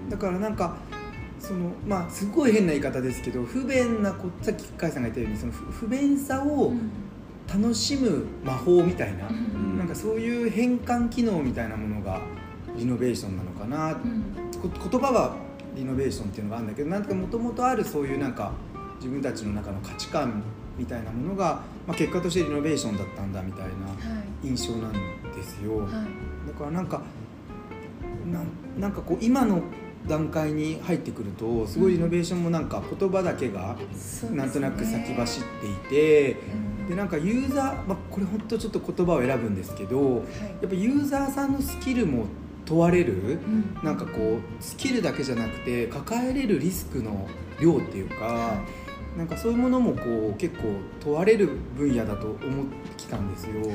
だからなんかそのまあすごい変な言い方ですけど、不便なこさっき甲斐さんが言ったようにその不便さを楽しむ魔法みたいな、うん、なんかそういう変換機能みたいなものがリノベーションなのかな、うん、言葉はリノベーションっていうのがあるんだけど、なんかもともとあるそういうなんか自分たちの中の価値観みたいなものが、まあ、結果としてリノベーションだったんだみたいな印象なんですよ、はい、だからなんか な, なんかこう今の段階に入ってくるとすごいリノベーションもなんか言葉だけがなんとなく先走っていて、うん、でなんかユーザー、まあ、これ本当ちょっと言葉を選ぶんですけど、はい、やっぱユーザーさんのスキルも問われる、うん、なんかこうスキルだけじゃなくて抱えれるリスクの量っていうか、はい、なんかそういうものもこう結構問われる分野だと思ってきたんですよ、はい、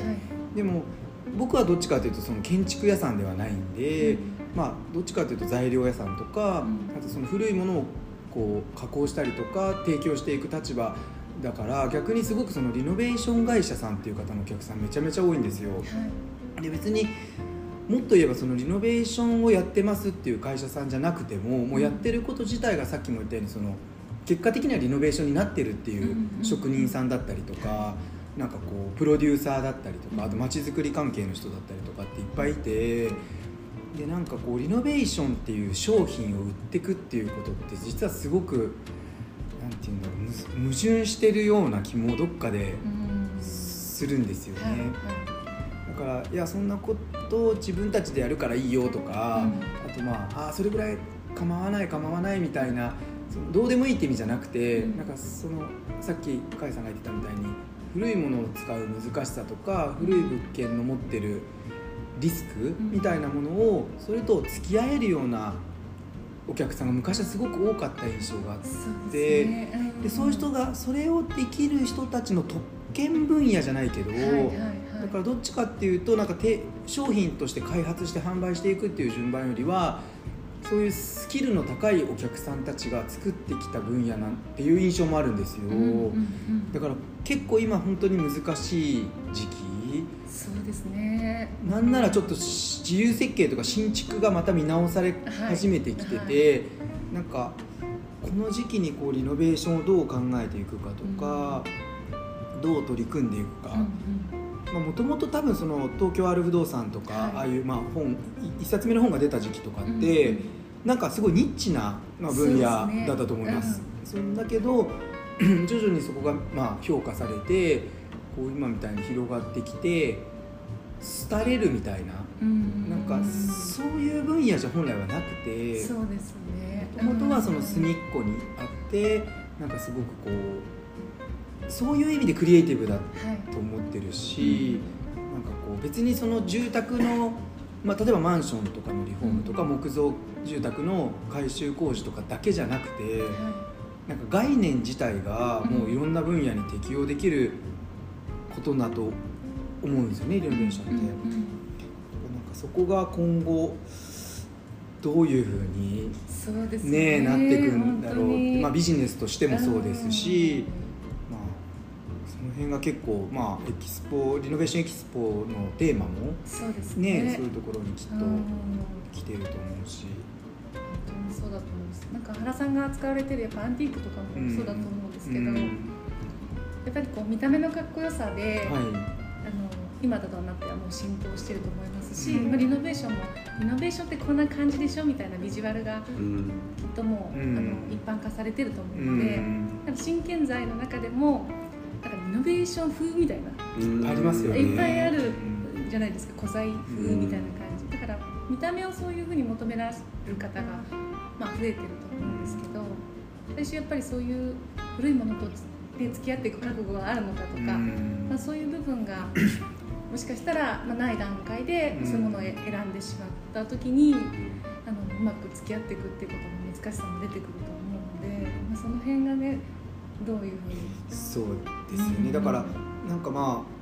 でも僕はどっちかというとその建築屋さんではないんで、うん、まあどっちかというと材料屋さんとか、うん、あとその古いものをこう加工したりとか提供していく立場だから、逆にすごくそのリノベーション会社さんっていう方のお客さんめちゃめちゃ多いんですよ、はい、で別にもっと言えばそのリノベーションをやってますっていう会社さんじゃなくても、もうやってること自体がさっきも言ったようにその結果的にはリノベーションになってるっていう職人さんだったりとか、なんかこうプロデューサーだったりとか、あと街づくり関係の人だったりとかっていっぱいいて、でなんかこうリノベーションっていう商品を売ってくっていうことって実はすごくなんていうんだろう、矛盾してるような気もどっかでするんですよね、はいはい、だからいやそんなことを自分たちでやるからいいよとか、うん、あとまああそれぐらい構わない構わないみたいな、そのどうでもいいって意味じゃなくて、うん、なんかそのさっき甲斐さんが言ってたみたいに古いものを使う難しさとか、古い物件の持ってるリスクみたいなものをそれと付き合えるようなお客さんが昔はすごく多かった印象があって、そうですね、うん、でそういう人がそれをできる人たちの特権分野じゃないけど、はいはいはい、だからどっちかっていうとなんか商品として開発して販売していくっていう順番よりはそういうスキルの高いお客さんたちが作ってきた分野なんていう印象もあるんですよ、うんうんうん、だから結構今本当に難しい時期、 そうですね、 なんならちょっと自由設計とか新築がまた見直され始めてきてて、はいはい、なんかこの時期にこうリノベーションをどう考えていくかとか、うん、どう取り組んでいくか、もともと多分その東京ある不動産とか、はい、ああいうまあ本一冊目の本が出た時期とかって、うん、なんかすごいニッチな分野だったと思います。そんだけど徐々にそこがまあ評価されてこう今みたいに広がってきて廃れるみたいな、うん、なんかそういう分野じゃ本来はなくて、 そうですね、 もともとはその隅っこにあってなんかすごくこうそういう意味でクリエイティブだと思ってるし、はい、なんかこう別にその住宅の、まあ、例えばマンションとかのリフォームとか木造住宅の改修工事とかだけじゃなくて、はい、なんか概念自体がもういろんな分野に適用できることだと思うんですよね、リノベーションって、うんうん、なんかそこが今後どういうふうに、 そうですね、 ね、なっていくんだろう、まあ、ビジネスとしてもそうですし、まあ、その辺が結構、まあ、エキスポリノベーションエキスポのテーマもそうですね、 ね、そういうところにきっと来てると思うし、 本当にそうだと思います。なんか原さんが使われてるやっぱアンティークとかもそうだと思うんですけど、うん、やっぱりこう見た目のかっこよさで、はい、あの今だとなってはもう浸透してると思いますし、うん、リノベーションもリノベーションってこんな感じでしょみたいなビジュアルがきっともう、うん、あの一般化されてると思うので、うん、なんか新建材の中でもなんかリノベーション風みたいな、 うん、ありますよね、 いっぱいあるじゃないですか、古材風みたいな感じ、だから見た目をそういう風に求められる方が、まあ、増えてると思うんですけど、私やっぱりそういう古いものとで付き合っていく覚悟があるのかとか、まあ、そういう部分がもしかしたら、まあ、ない段階でそういうものを選んでしまった時に、あのうまく付き合っていくっていうことの難しさも出てくると思うので、まあ、その辺がねどういうふうにそうですよね、だからなんかまあ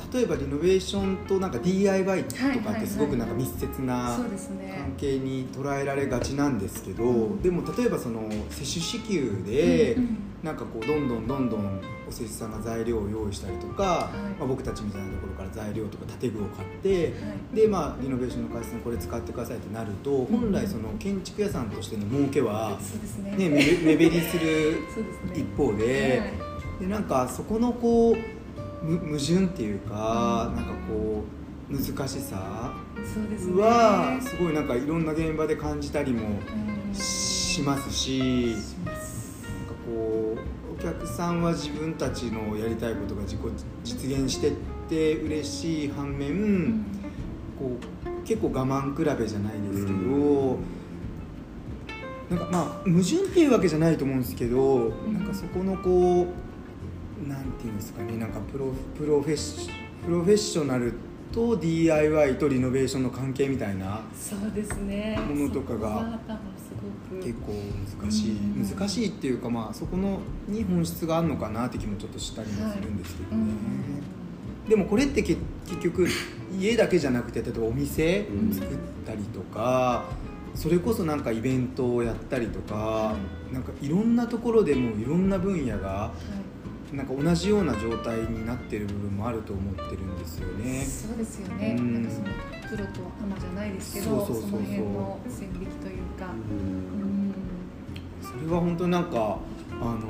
例えばリノベーションとなんか ディーアイワイ とかってすごくなんか密接な関係に捉えられがちなんですけど、うん、でも例えばその施主支給でなんかこうどんどんどんどんお施主さんが材料を用意したりとか、はい、まあ、僕たちみたいなところから材料とか建具を買って、はい、でまあリノベーションの会社さんこれ使ってくださいってなると、本来その建築屋さんとしての儲けは、ね、目減りする一方で、でなんかそこのこう矛盾っていうか、うん、なんかこう難しさはすごいなんかいろんな現場で感じたりもしますし、なんかこうお客さんは自分たちのやりたいことが自己実現してって嬉しい反面、うん、こう結構我慢比べじゃないですけど、うん、なんかまあ矛盾っていうわけじゃないと思うんですけど、うん、なんかそこのこうなんていうんですかね、なんかプロ、プロフェッシ、プロフェッショナルと ディーアイワイ とリノベーションの関係みたいなそうですねものとかが結構難しい、うん、難しいっていうか、まあそこのに本質があるのかなって気もちょっとしたりもするんですけどね、はい、うん、でもこれって結局家だけじゃなくて例えばお店作ったりとか、うん、それこそなんかイベントをやったりとか、はい、なんかいろんなところでもいろんな分野が、はい、なんか同じような状態になってる部分もあると思ってるんですよね。 そうですよね、うん、なんかそのプロとアマじゃないですけど、そうそうそうそう、その辺の線引きというか、うんうん、 それは本当になんかあのー、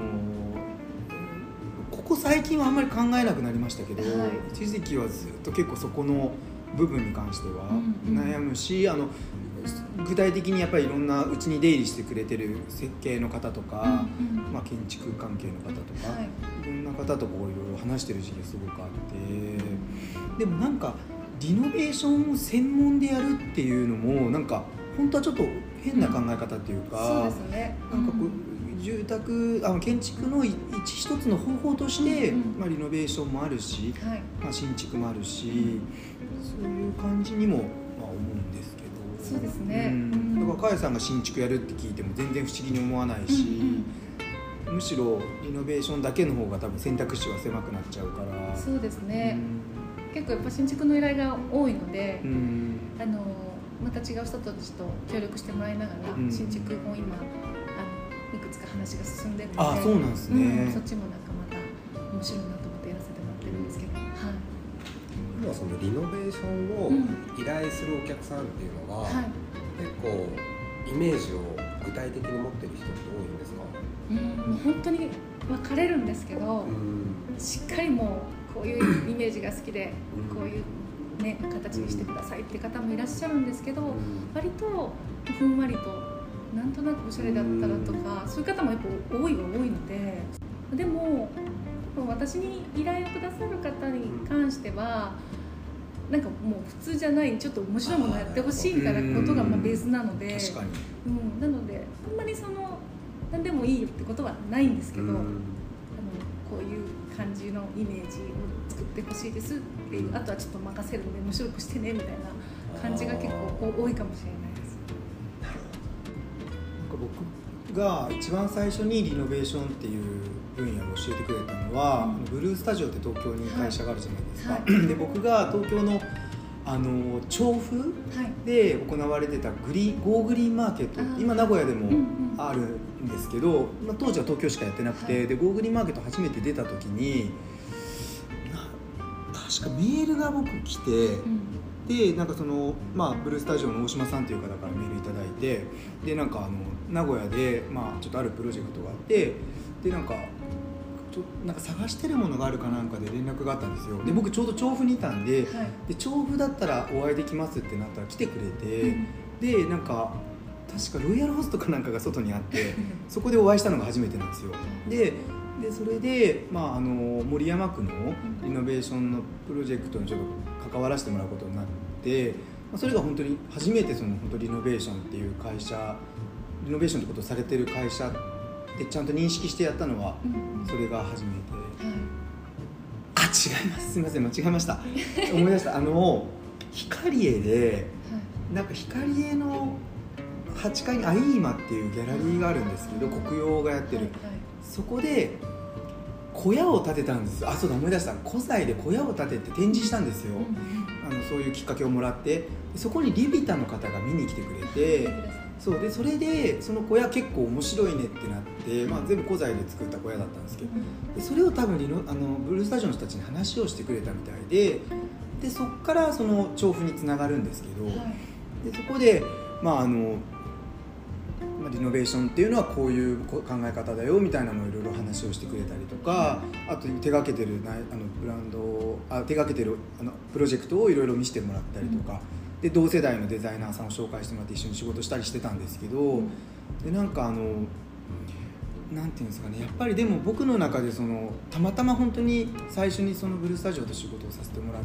ここ最近はあんまり考えなくなりましたけど、はい、一時期はずっと結構そこの部分に関しては悩むし、うんうん、あの具体的にやっぱりいろんなうちに出入りしてくれてる設計の方とか、うんうん、まあ、建築関係の方とか、はい、いろんな方とこういろいろ話してる時期がすごくあって、でもなんかリノベーションを専門でやるっていうのもなんか本当はちょっと変な考え方っていうか、うん、そうですね、なんかこう住宅あの建築の一一つの方法として、うんうん、まあ、リノベーションもあるし、はい、まあ、新築もあるし、うん、そういう感じにも、まあ、思うんですけど。 そうですね、 うん、だからかやさんが新築やるって聞いても全然不思議に思わないし、うんうん、むしろリノベーションだけの方が多分選択肢は狭くなっちゃうから。 そうですね、うん、結構やっぱ新築の依頼が多いので、うん、あのまた違う人たちと協力してもらいながら、うん、新築も今あのいくつか話が進んでるので、 あ、そうなんですね、 うん、そっちもなんかまた面白いなと思ってやらせてもらってるんですけど、はい、 今そのリノベーションを依頼するお客さんっていうのは、うん、はい、結構イメージを具体的に持ってる人って多いんですか？ うん、もう本当に分かれるんですけど、うん、しっかりもうこういうイメージが好きで、うん、こういうね、形にしてくださいって方もいらっしゃるんですけど、うん、割とふんわりとなんとなくおしゃれだったらとか、うん、そういう方もやっぱ多いは多いので、でも私に依頼をくださる方に関してはなんかもう普通じゃないちょっと面白いものをやってほしいみたいなことがまあベースなので、 確かに、 うん、なのであんまりその何でもいいよってことはないんですけど、うん、あのこういう感じのイメージを作ってほしいですっていう、あとはちょっと任せるので面白くしてねみたいな感じが結構多いかもしれないです。 なんか僕が一番最初にリノベーションっていう分野を教えてくれたのは、うん、ブルースタジオって東京に会社があるじゃないですか、はいはい、で僕が東京のあの調布で行われてたグリゴーグリーンマーケット、今名古屋でもあるんですけど、まあ、当時は東京しかやってなくて、はい、でゴーグリーンマーケット初めて出た時に確かメールが僕来て、うん、でなんかその、まあ、ブルースタジオの大島さんという方からメールいただいて、でなんかあの名古屋で、まあ、ちょっとあるプロジェクトがあって、でなんかちょなんか探してるものがあるかなんかで連絡があったんですよ。で僕ちょうど調布にいたんで、はい、で調布だったらお会いできますってなったら来てくれて、うん、でなんか確かロイヤルホストかなんかが外にあってそこでお会いしたのが初めてなんですよ。ででそれで、まあ、あの森山区のリノベーションのプロジェクトにちょっと関わらせてもらうことになって、まあ、それが本当に初めてその本当リノベーションっていう会社、リノベーションってことをされてる会社でちゃんと認識してやったのはそれが初めて、うん、あ、違います、すみません間違えました思い出した、あの光栄で、はい、なんか光栄のはちかいにアイーマっていうギャラリーがあるんですけど、国用がやってる、はいはい、そこで小屋を建てたんですよ。あ、そうだ、思い出した。古材で小屋を建てて展示したんですよ、うん、あのそういうきっかけをもらって、そこにリビタの方が見に来てくれて、そうでそれでその小屋結構面白いねってなって、まあ、全部古材で作った小屋だったんですけど、でそれを多分リノあのブルースタジオの人たちに話をしてくれたみたいで、でそこからその調布につながるんですけど、はい、でそこで、まああのまあ、リノベーションっていうのはこういう考え方だよみたいなのをいろいろ話をしてくれたりとか、あと手掛けてるあのブランドをあ手掛けてるあのプロジェクトをいろいろ見せてもらったりとか、で同世代のデザイナーさんを紹介してもらって一緒に仕事したりしてたんですけど、でなんかあのなんていうんですかね、やっぱりでも僕の中でそのたまたま本当に最初にそのブルースタジオと仕事をさせてもらって、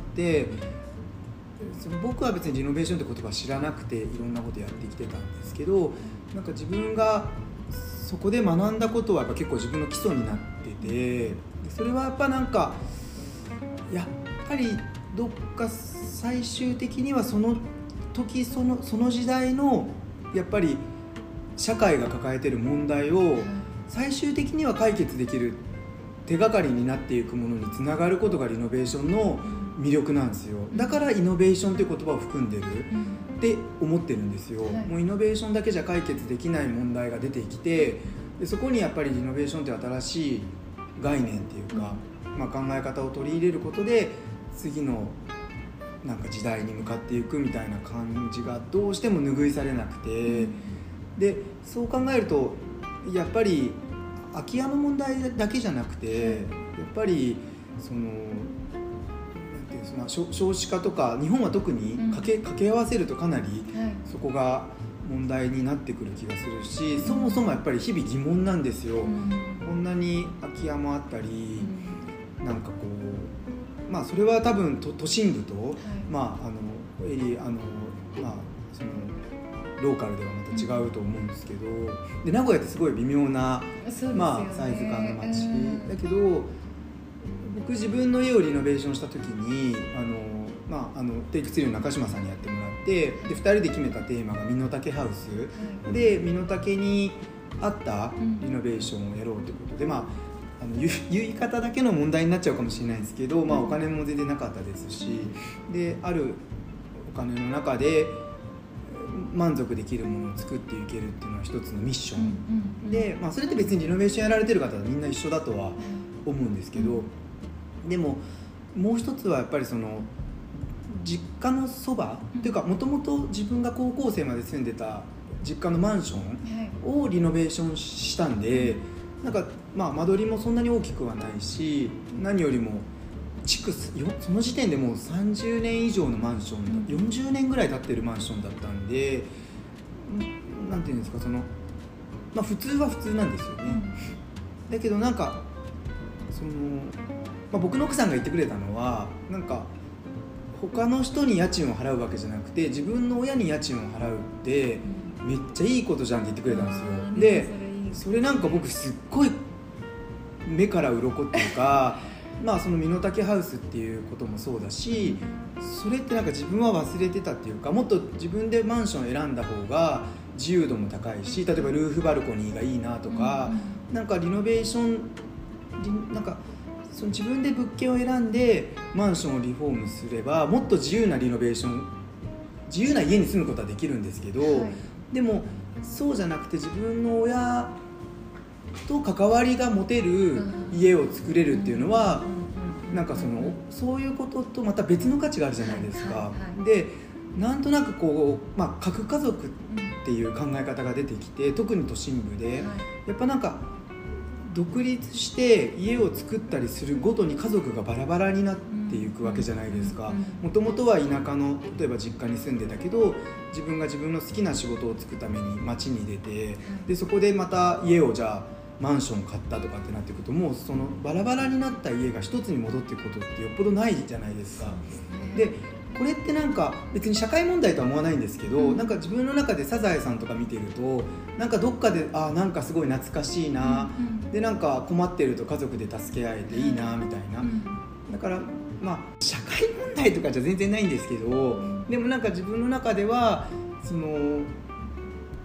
その僕は別にリノベーションって言葉知らなくていろんなことやってきてたんですけど、なんか自分がそこで学んだことはやっぱ結構自分の基礎になってて、それはやっぱなんかやっぱりどっか最終的にはその時そのその時代のやっぱり社会が抱えている問題を最終的には解決できる手がかりになっていくものにつながることがリノベーションの魅力なんですよ。だからイノベーションという言葉を含んでるって思ってるんですよ。もうイノベーションだけじゃ解決できない問題が出てきて、でそこにやっぱりリノベーションって新しい概念っていうか、まあ、考え方を取り入れることで次のなんか時代に向かっていくみたいな感じがどうしても拭いされなくて、でそう考えるとやっぱり空き家の問題だけじゃなくて、やっぱりそのなんていうんですか、少子化とか日本は特に掛け、掛け合わせるとかなりそこが問題になってくる気がするし、そもそもやっぱり日々疑問なんですよ。こんなに空き家もあったり、なんかこうまあそれは多分都都心部と、はい、まああのエリあのまあそのローカルではまた違うと思うんですけど、で名古屋ってすごい微妙な、まあ、サイズ感の街だけど、僕自分の家をリノベーションした時にあの、まあ、あのテイクスリーの中島さんにやってもらって、でふたりで決めたテーマが身の丈ハウス、はい、で身の丈に合ったリノベーションをやろうということで、まああの 言, 言い方だけの問題になっちゃうかもしれないんですけど、まあ、お金も全然なかったですし、であるお金の中で満足できるものを作っていけるっていうのは一つのミッション、うんうん、で、まあ、それって別にリノベーションやられてる方はみんな一緒だとは思うんですけど、でももう一つはやっぱりその実家のそば、うん、っていうかもともと自分が高校生まで住んでた実家のマンションをリノベーションしたんで、なんかまあ間取りもそんなに大きくはないし、何よりも築その時点でもうさんじゅうねん以上のマンションだ、よんじゅうねんぐらい経ってるマンションだったんで、なんていうんですか、そのまあ普通は普通なんですよね、うん、だけどなんかその、まあ、僕の奥さんが言ってくれたのは、なんか他の人に家賃を払うわけじゃなくて自分の親に家賃を払うってめっちゃいいことじゃんって言ってくれたんですよ、うん、でそれなんか僕すっごい目から鱗っていうかまあその身の丈ハウスっていうこともそうだし、それってなんか自分は忘れてたっていうか、もっと自分でマンションを選んだ方が自由度も高いし、例えばルーフバルコニーがいいなとか、なんかリノベーションなんかその自分で物件を選んでマンションをリフォームすればもっと自由なリノベーション、自由な家に住むことはできるんですけど、はい、でもそうじゃなくて自分の親と関わりが持てる家を作れるっていうのは、なんかそのそういうこととまた別の価値があるじゃないですか。でなんとなくこう、まあ、核家族っていう考え方が出てきて、特に都心部でやっぱなんか独立して家を作ったりするごとに家族がバラバラになっていくわけじゃないですか。もともとは田舎の例えば実家に住んでたけど、自分が自分の好きな仕事をつくために街に出て、でそこでまた家をじゃあマンション買ったとかってなってくると、もうそのバラバラになった家が一つに戻っていくことってよっぽどないじゃないですか。でこれってなんか別に社会問題とは思わないんですけど、うん、なんか自分の中でサザエさんとか見てると、なんかどっかであなんかすごい懐かしいな、うん、でなんか困ってると家族で助け合えていいなみたいな、うん、だからまあ社会問題とかじゃ全然ないんですけど、うん、でもなんか自分の中ではそのな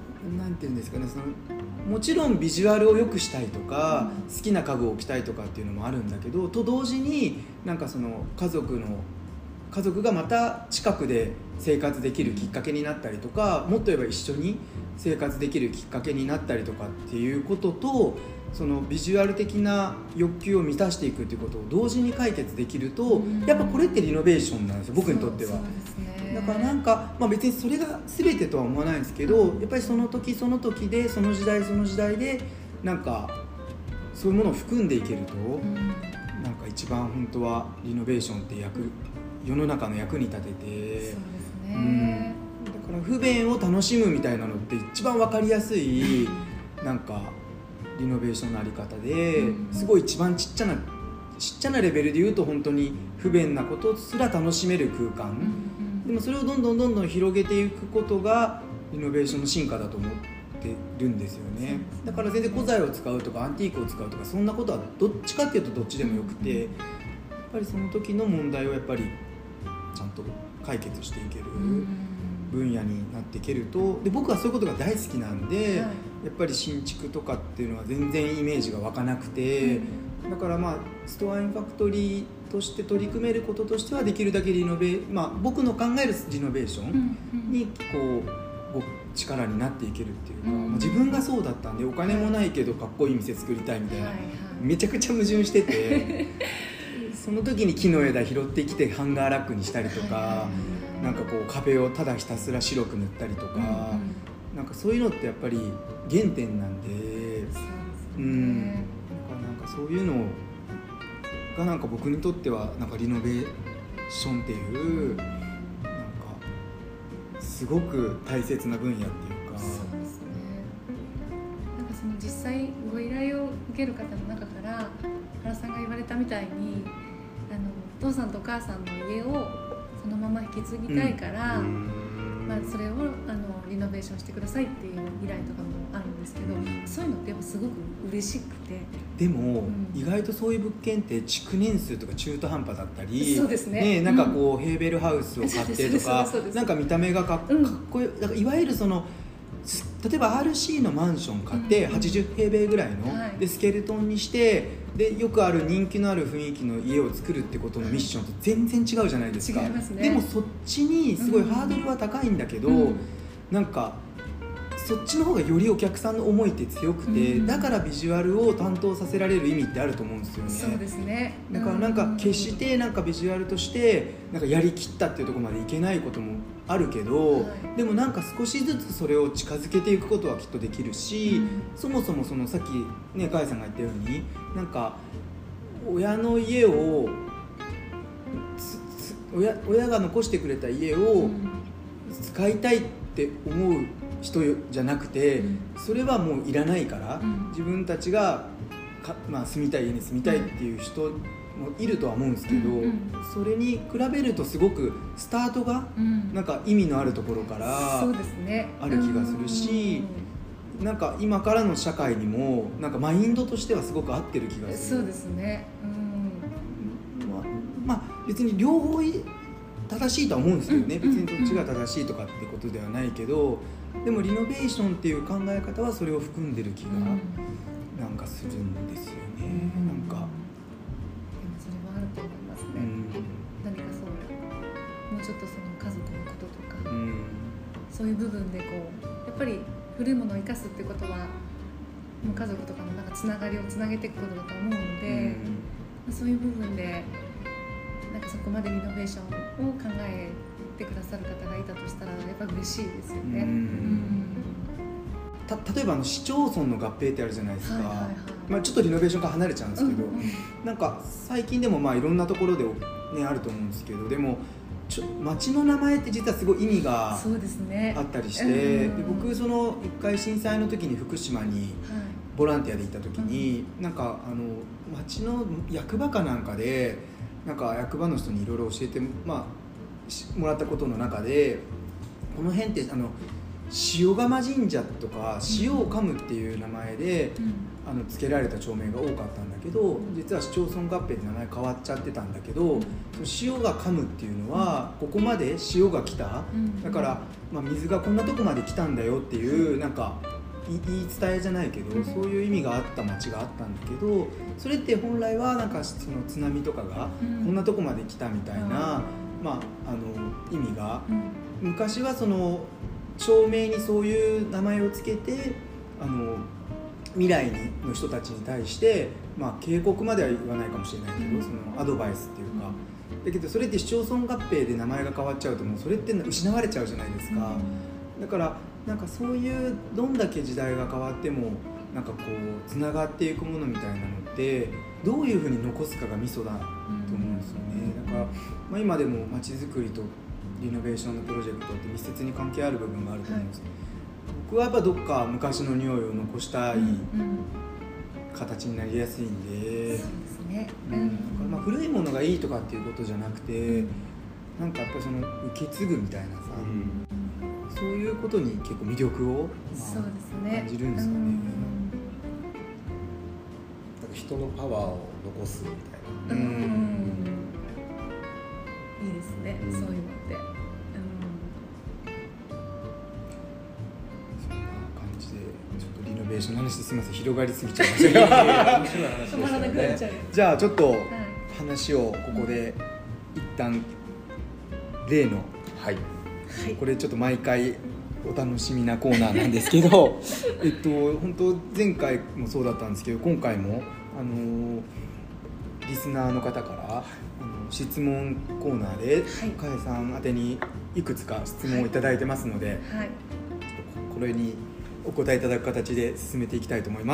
なんていうんですかね、そのもちろんビジュアルを良くしたいとか、うん、好きな家具を置きたいとかっていうのもあるんだけど、と同時になんかその家族の家族がまた近くで生活できるきっかけになったりとか、もっと言えば一緒に生活できるきっかけになったりとかっていうことと、そのビジュアル的な欲求を満たしていくっていうことを同時に解決できると、うん、やっぱこれってリノベーションなんですよ、僕にとっては。 そうですね、 だからなんか、まあ、別にそれが全てとは思わないんですけど、やっぱりその時その時でその時代その時代でなんかそういうものを含んでいけると、うん、なんか一番本当はリノベーションって役世の中の役に立てて、そうですね、うん、だから不便を楽しむみたいなのって一番分かりやすいなんかリノベーションのあり方で、うん、すごい一番ちっちゃなちっちゃなレベルで言うと本当に不便なことすら楽しめる空間、うん、でもそれをどんどんどんどん広げていくことがリノベーションの進化だと思ってるんですよね。だから全然古材を使うとかアンティークを使うとかそんなことはどっちかっていうとどっちでもよくて、やっぱりその時の問題をやっぱりちゃんと解決していける分野になっていけると、で僕はそういうことが大好きなんで、はい、やっぱり新築とかっていうのは全然イメージが湧かなくて、うん、だからまあストアインファクトリーとして取り組めることとしてはできるだけリノベ、まあ、僕の考えるリノベーションにこう力になっていけるっていうか、うん、自分がそうだったんでお金もないけどかっこいい店作りたいみたいな、はいはい、めちゃくちゃ矛盾しててその時に木の枝拾ってきてハンガーラックにしたりとか、なんかこう壁をただひたすら白く塗ったりとか、うんうん、なんかそういうのってやっぱり原点なんで、そうですね、うん、なんかなんかそういうのがなんか僕にとってはなんかリノベーションっていうなんかすごく大切な分野っていうか。 そうですね、なんかその実際ご依頼を受ける方の中から原さんが言われたみたいに、あのお父さんとお母さんの家をそのまま引き継ぎたいから、うん、まあ、それをあのリノベーションしてくださいっていう依頼とかもあるんですけど、うん、そういうのってやっぱすごく嬉しくて、 でも、うん、意外とそういう物件って築年数とか中途半端だったり、 そうですね、 ね、なんかこう、うん、ヘーベルハウスを買ってとかなんか見た目がか っ, かっこいい、だからいわゆるその例えば アールシー のマンション買ってはちじゅうへいべいぐらいの、はい、でスケルトンにしてでよくある人気のある雰囲気の家を作るってことのミッションと全然違うじゃないですか。 違いますね。 でもそっちにすごいハードルは高いんだけど、うん、なんかそっちの方がよりお客さんの思いって強くて、うん、だからビジュアルを担当させられる意味ってあると思うんですよね。 そうですね。 だからなんか決してなんかビジュアルとしてなんかやりきったっていうところまでいけないこともあるけど、はい、でもなんか少しずつそれを近づけていくことはきっとできるし、うん、そもそもそのさっきねかえさんが言ったようになんか親の家を親, 親が残してくれた家を使いたいって思う人じゃなくて、うん、それはもういらないから、うん、自分たちがか、まあ、住みたい家に住みたいっていう人もいるとは思うんですけど、うんうん、それに比べるとすごくスタートがなんか意味のあるところからある気がするし、うん、なんか今からの社会にもなんかマインドとしてはすごく合ってる気がする。 そうですね、 うん、まあ、まあ別に両方正しいとは思うんですけどね、うん、別にどっちが正しいとかってことではないけど、でもリノベーションっていう考え方はそれを含んでる気がなんかするんですよね、うん、なんかでもそれはあると思いますね、うん、何かそうもうちょっとその家族のこととか、うん、そういう部分でこうやっぱり古いものを生かすってことはもう家族とかのなんかつながりをつなげていくことだと思うので、うん、そういう部分でなんかそこまでリノベーションを考えてくださる方がいたとしたらやっぱ嬉しいですよね。うん、 た例えばあの市町村の合併ってあるじゃないですか、はいはいはい、まあ、ちょっとリノベーションから離れちゃうんですけど、うんうん、なんか最近でもまあいろんなところで、ね、あると思うんですけど、でもちょ町の名前って実はすごい意味があったりして、で、ね、うん、で僕その一回震災の時に福島にボランティアで行った時に、うん、なんかあの町の役場かなんかでなんか役場の人にいろいろ教えて、まあ、もらったことの中で、この辺ってあの塩釜神社とか塩を噛むっていう名前で、うん、あの付けられた町名が多かったんだけど、実は市町村合併で名前変わっちゃってたんだけど、うん、その塩が噛むっていうのは、うん、ここまで塩が来た、うん、だから、まあ、水がこんなとこまで来たんだよっていうなんか言い伝えじゃないけどそういう意味があった町があったんだけど、それって本来はなんかその津波とかがこんなとこまで来たみたいな、うん、まあ、あの意味が、うん、昔はその町名にそういう名前をつけてあの未来にの人たちに対して、まあ、警告までは言わないかもしれないけど、うん、そのアドバイスっていうか、だけどそれって市町村合併で名前が変わっちゃうともうそれって失われちゃうじゃないですか、うん、だからなんかそういうどんだけ時代が変わってもなんかこうつながっていくものみたいなのってどういうふうに残すかがミソだと思うんですよね。だから、まあ、今でも街づくりとリノベーションのプロジェクトって密接に関係ある部分があると思うんです、はい、僕はやっぱどっか昔の匂いを残したい形になりやすいんで、そうですね、うん、だからまあ古いものがいいとかっていうことじゃなくて、なんかやっぱりその受け継ぐみたいなさ、うん、そういうことに結構魅力を、まあ、そうですね、感じるんですよね、うん、なんか人のパワーを残すみたいな、うん、 いいですね、うん、そういうのって、うん、 そんな感じでちょっとリノベーションの話ですみません、広がりすぎちゃいましたけど止まらなくなっちゃう。じゃあちょっと話をここで一旦例の、はい、これちょっと毎回お楽しみなコーナーなんですけどえっと本当前回もそうだったんですけど今回もあのリスナーの方からあの質問コーナーでかえさん宛てにいくつか質問をいただいてますので、はいはい、これにお答えいただく形で進めていきたいと思います。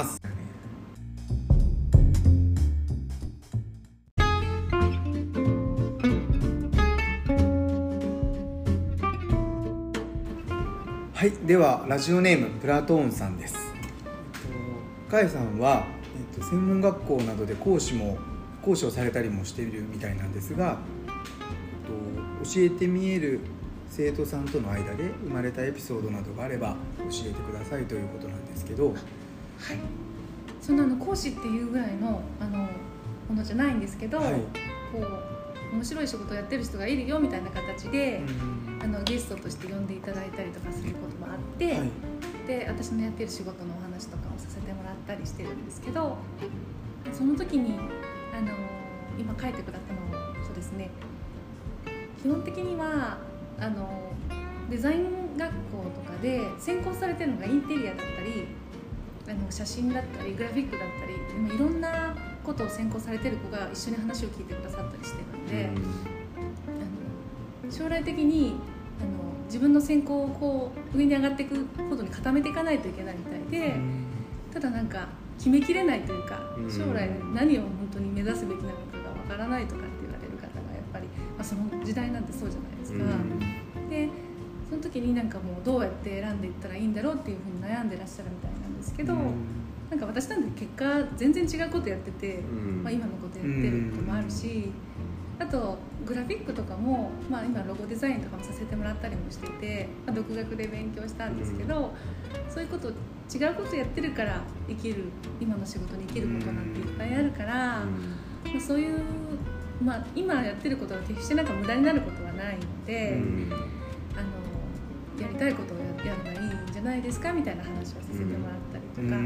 はい、ではラジオネームプラトーンさんです。かえさんは、えっと、専門学校などで講師も講師をされたりもしているみたいなんですが、えっと、教えてみえる生徒さんとの間で生まれたエピソードなどがあれば教えてくださいということなんですけど、はい、 そんなの講師っていうぐらいのあのものじゃないんですけど、はい、こう面白い仕事をやってる人がいるよみたいな形で、うん、あのゲストとして呼んでいただいたりとかすることもあって、はい、で私のやってる仕事のお話とかをさせてもらったりしてるんですけど、その時にあの今書いてくださったのそうですね、基本的にはあのデザイン学校とかで専攻されてるのがインテリアだったりあの写真だったりグラフィックだったりいろんなことを専攻されてる子が一緒に話を聞いてくださったりしてるので、うん、あの将来的にあの自分の専攻をこう上に上がっていくことに固めていかないといけないみたいで、うん、ただなんか決めきれないというか、うん、将来何を本当に目指すべきなのかがわからないとかって言われる方がやっぱり、まあ、その時代なんてそうじゃないですか、うん、でその時になんかもうどうやって選んでいったらいいんだろうっていうふうに悩んでらっしゃるみたいなんですけど、うん、なんか私なんて結果全然違うことやってて、うんまあ、今のことやってることもあるし、あとグラフィックとかも、まあ、今ロゴデザインとかもさせてもらったりもしていて、まあ、独学で勉強したんですけど、うん、そういうこと違うことやってるから生きる今の仕事に生きることなんていっぱいあるから、うんまあ、そういう、まあ、今やってることは決してなんか無駄になることはないので、うんあのやりたいことを や, やるのがいいんじゃないですかみたいな話をさせてもらったりとか、うんうん、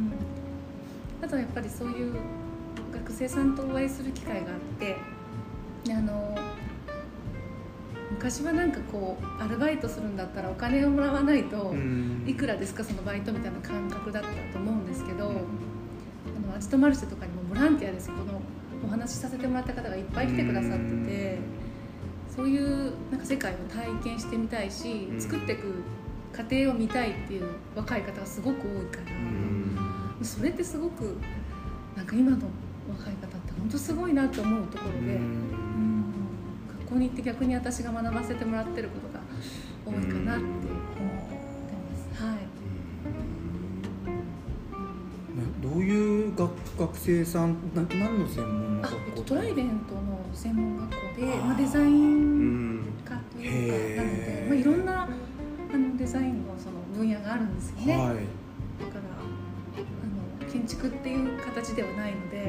あとはやっぱりそういう学生さんとお会いする機会があって、あの昔はなんかこうアルバイトするんだったらお金をもらわないといくらですかそのバイトみたいな感覚だったと思うんですけど、あのアジトマルシェとかにもボランティアでそこのお話しさせてもらった方がいっぱい来てくださってて、そういうなんか世界を体験してみたいし、作っていく過程を見たいっていう若い方がすごく多いから、それってすごくなんか今の若い方って本当すごいなと思うところで、うん、学校に行って逆に私が学ばせてもらってることが多いかなって思ってます。はい。 どういう学学生さん、な何の専門の学校？ あ、トライデントの専門学校で、まあ、デザイン科というかなので、まあ、いろんなあのデザインのその分野があるんですよね。はい、だからあの建築っていう形ではないので、うん、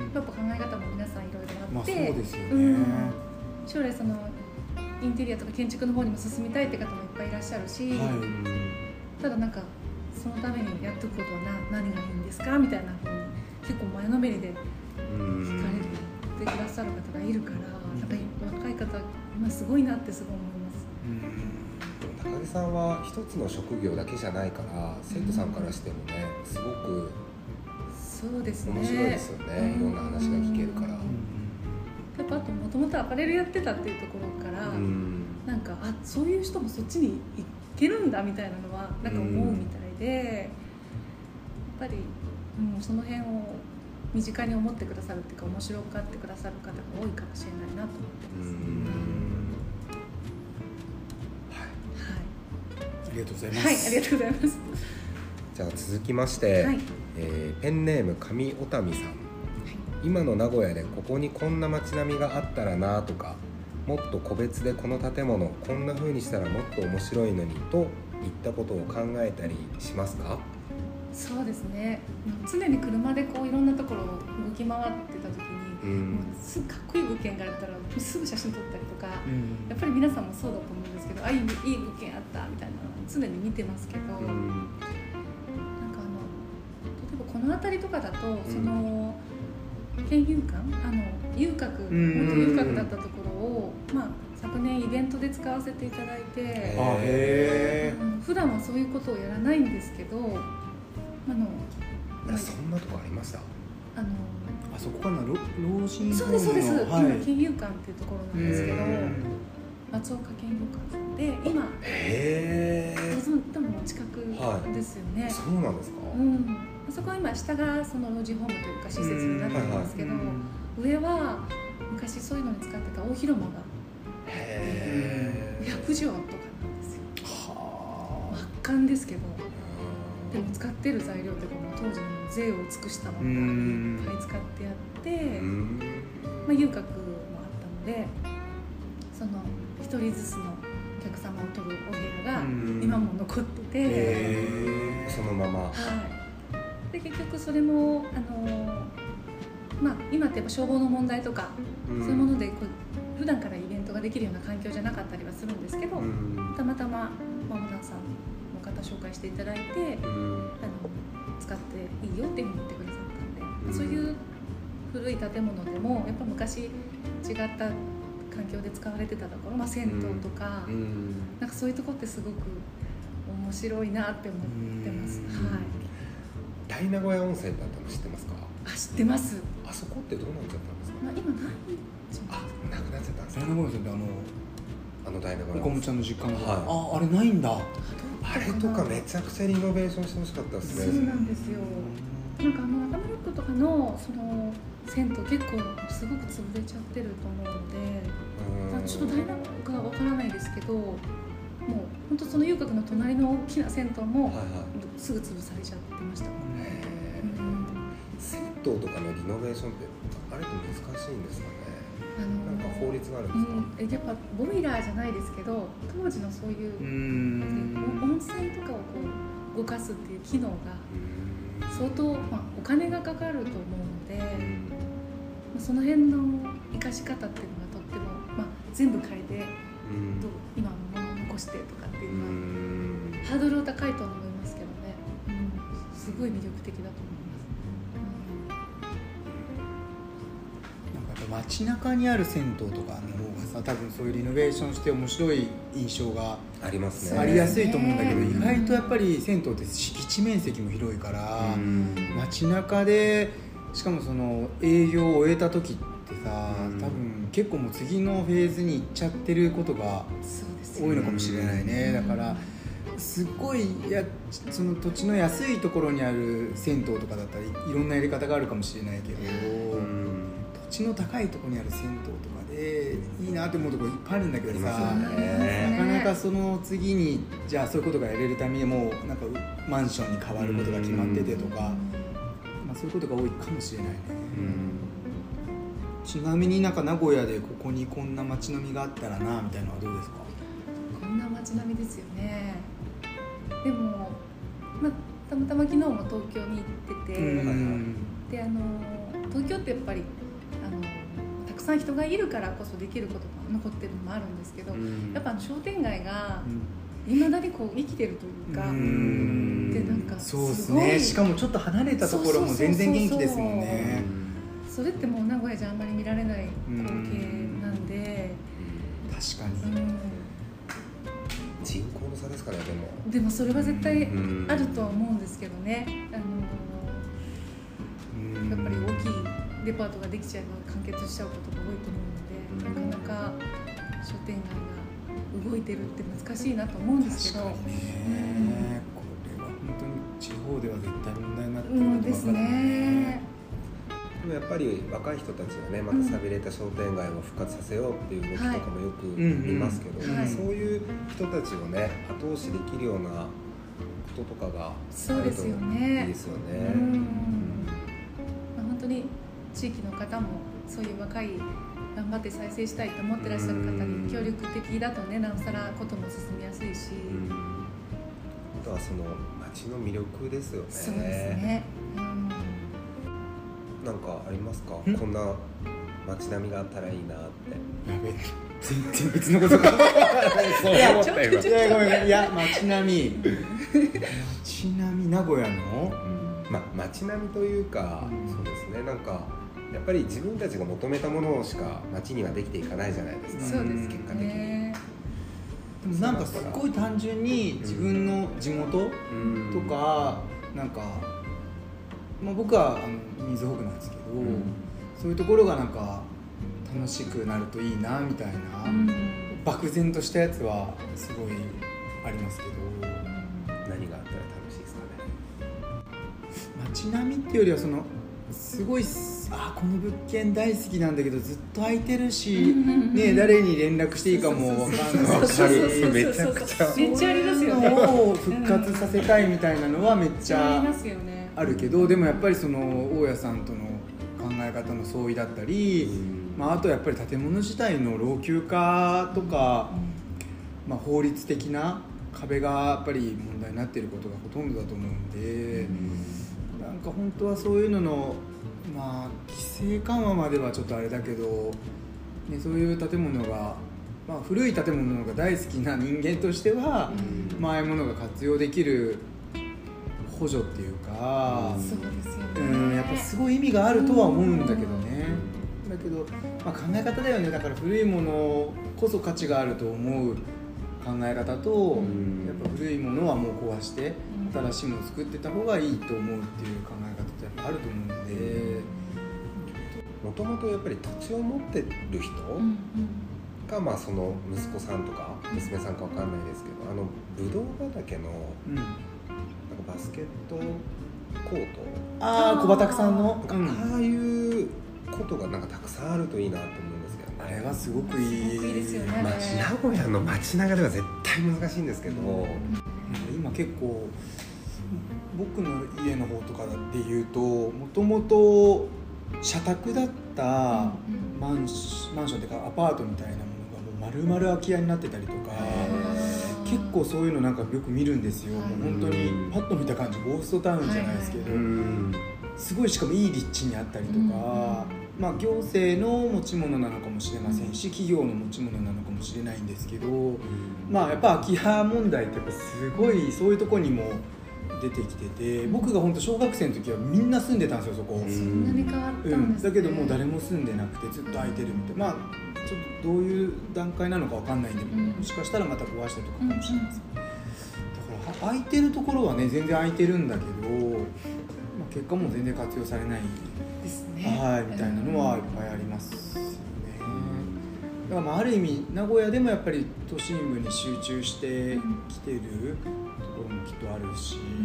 やっぱ考え方も皆さんいろいろあって、まあ、そうですよね、うん、将来そのインテリアとか建築の方にも進みたいって方もいっぱいいらっしゃるし、はい、ただなんかそのためにやっておくことはな何がいいんですかみたいなふうに結構前のめりで聞かれてくださる方がいるから、なんか若い方今すごいなってすごい思います。 うん、高木さんは一つの職業だけじゃないから生徒さんからしてもねすごくそうですね、 面白いですよね、いろんな話が聞けるから。 やっぱあともともとアパレルやってたっていうところから、うん、なんかあそういう人もそっちに行けるんだみたいなのはなんか思うみたいで、うん、やっぱり、うん、その辺を身近に思ってくださるっていうか面白がってくださる方が多いかもしれないなと思ってます。 うん、はい、はい、ありがとうございます。 はい、ありがとうございます。 じゃあ続きまして、はい、えー、ペンネーム上お民さん、はい、今の名古屋でここにこんな街並みがあったらなとか、もっと個別でこの建物こんな風にしたらもっと面白いのにといったことを考えたりしますか？ そうですね、常に車でこういろんなところを動き回ってた時に、うん、もうすぐかっこいい物件があったらすぐ写真撮ったりとか、うん、やっぱり皆さんもそうだと思うんですけど、あ、いい、いい物件あったみたいなの常に見てますけど、うん、なんかあの例えばこの辺りとかだと、その県有館、あの遊郭、元遊郭だったところを、まあ、昨年イベントで使わせていただいて、あ、へー、うん、普段はそういうことをやらないんですけど、あのそんなとこありました？ あのあそこかな、老人ホームの、 そうですそうです、はい、今県有館っていうところなんですけど、松岡県有館さんで今、へー、多分近くですよね、はい、 そうなんですか、 うん、あそこは今下がその老人ホームというか施設になってるんですけど、上は昔そういうのに使ってた大広間がへひゃくじょうとかなんですよ。はあ、圧巻ですけど、でも使ってる材料とかも当時の贅を尽くしたものがいっぱい使ってやって、まあ、遊郭もあったので、その一人ずつのお客様を取るお部屋が今も残ってて、 そのまま、はい、 で結局それもあの、まあ、今ってやっぱ消防の問題とか、そういうものでこう普段からイベントができるような環境じゃなかったりはするんですけど、たまたまマモダンさんの方紹介していただいて、あの使っていいよっていうふうに言ってくださったんで、そういう古い建物でもやっぱ昔違った環境で使われてたところ、まあ、銭湯とか、うん、なんかそういうところってすごく面白いなって思ってます、はい、 大名古屋温泉だったの知ってますか？ あ、知ってます。 あそこってどうなっちゃったんですか？ まあ、今ないあ、なくなっちゃったんですか？ 大名古屋温泉ってあのあの大名古屋おこむちゃんの実家の、はい、あ、あれないんだ。 あれとかめちゃくちゃリノベーションしてほしかったですね。 そうなんですよ。なんかあの中村区とかのその銭湯結構すごく潰れちゃってると思うので、ちょっと大名古屋がわからないですけど、もう本当その遊郭の隣の大きな銭湯もすぐ潰されちゃってました。はいはい、 うん、銭湯とかのリノベーションってあれって難しいんですかね？あのー、なんか法律があるんですか？ うん、やっぱボイラーじゃないですけど、当時のそういう、うん、温泉とかをこう動かすっていう機能が相当、まあ、お金がかかると思うので、まあ、その辺の生かし方っていうのがとっても、まあ、全部変えて、どう今のものを残してとかっていうのはハードル高いと思いますけどね、うん、すごい魅力的だと思います。 街中にある銭湯とかの方がさ、多分そういうリノベーションして面白い印象がありますね。 ありやすいと思うんだけど、意外とやっぱり銭湯って敷地面積も広いから、街中でしかもその営業を終えた時ってさ、多分結構もう次のフェーズに行っちゃってることが多いのかもしれないね。だからすっごいやその土地の安いところにある銭湯とかだったらいろんなやり方があるかもしれないけど、土地の高いところにある銭湯とかでいいなって思うところいっぱいあるんだけどさ、ね、なかなかその次にじゃあそういうことがやれるためにもうなんかマンションに変わることが決まっててとか、まあ、そういうことが多いかもしれないね。ちなみになんか名古屋でここにこんな街並みがあったらなみたいなのはどうですか？ こんな街並みですよね。でも、まあ、たまたま昨日も東京に行ってて、であの東京ってやっぱりあのたくさん人がいるからこそできることが残ってるのもあるんですけど、うん、やっぱあの商店街がいまだにこう生きてるというか、うん、でなんかそうですね。しかもちょっと離れたところも全然元気ですもんね。 それってもう名古屋じゃあんまり見られない光景なんで、 確かに、 うん、 人口の差ですかね。でもでもそれは絶対あるとは思うんですけどね。あのやっぱり大きいデパートができちゃえば完結しちゃうことが多いと思うので、なかなか商店街が動いてるって難しいなと思うんですけど、 確かにね、これは本当に地方では絶対問題になってるうんですね。 でもやっぱり若い人たちがね、また寂れた商店街を復活させようっていう動きとかもよく見ますけど、 はい、 そういう人たちをね後押しできるようなこととかがあるといいですよね。うん、 まあ、本当に地域の方もそういう若い頑張って再生したいと思ってらっしゃる方に協力的だとね、なおさらことも進みやすいし、 うん、あとはその街の魅力ですよね。 そうですね、うん、 なんかありますか？こんな街並みがあったらいいなって。 やべ、全然別のことかそういや、ちょっとちょっといや、ごめんごめん、いや、街並み街並み、名古屋の、 うん、ま、街並みというか、うん、そうですね、なんかやっぱり自分たちが求めたものしか街にはできていかないじゃないですか。 そうです、結果的に。 でもなんかすごい単純に自分の地元とか、なんか、まあ、僕はあの瑞穂区なんですけど、うん、そういうところがなんか楽しくなるといいなみたいな、うん、漠然としたやつはすごいありますけど、 何があったら楽しいですかね。 街並みっていうよりはそのすごい、あ、この物件大好きなんだけどずっと空いてるし、ね、誰に連絡していいかも分かんない。 わかる。めちゃくちゃめっちゃありますよね。 を復活させたいみたいなのはめっちゃあるけど、でもやっぱりその大家さんとの考え方の相違だったり、まあ、あとやっぱり建物自体の老朽化とか、まあ、法律的な壁がやっぱり問題になっていることがほとんどだと思うんで、なんか本当はそういうのの、まあ、規制緩和まではちょっとあれだけど、ね、そういう建物が、まあ、古い建物が大好きな人間としては、うん、まあ、ああいうものが活用できる補助っていうか、 うん、そうですよね、 うん、やっぱすごい意味があるとは思うんだけどね、うん、だけど、まあ、考え方だよね。だから古いものこそ価値があると思う考え方と、うん、やっぱ古いものはもう壊して新しいものを作ってた方がいいと思うっていう考え方ってやっぱあると思うんで、 もともとやっぱり土地を持ってる人が、まあ、その息子さんとか娘さんかわかんないですけど、あのブドウ畑の、うん、なんかバスケットコート、 ああ、小畑さんの、 うん、ああいうことがなんかたくさんあるといいなと思うんですけど、ね、 あれはすごくいい、 すごくいいですよね。 まあ、名古屋の街中では絶対難しいんですけど、うん、 今結構僕の家の方とかで言うと、もともと社宅だったマンション、マンションっていうかアパートみたいなものがもう丸々空き家になってたりとか、結構そういうのなんかよく見るんですよ。もう本当にパッと見た感じゴーストタウンじゃないですけど、すごい、しかもいい立地にあったりとか、まあ、行政の持ち物なのかもしれませんし、企業の持ち物なのかもしれないんですけど、まあ、やっぱ空き家問題ってやっぱすごいそういうところにも出てきてて、僕が本当小学生の時はみんな住んでたんですよ、そこ。 そんなに変わったんですね、うん、 だけどもう誰も住んでなくてずっと空いてるみたいな、まあちょっとどういう段階なのかわかんないんで、うん、もしかしたらまた壊したりとかかもしれないです、うんうん、だから空いてるところはね全然空いてるんだけど、まあ、結果も全然活用されないですね、 はい、みたいなのはいっぱいありますよね。だからまあある意味名古屋でもやっぱり都心部に集中してきてるところもきっとあるし、うん、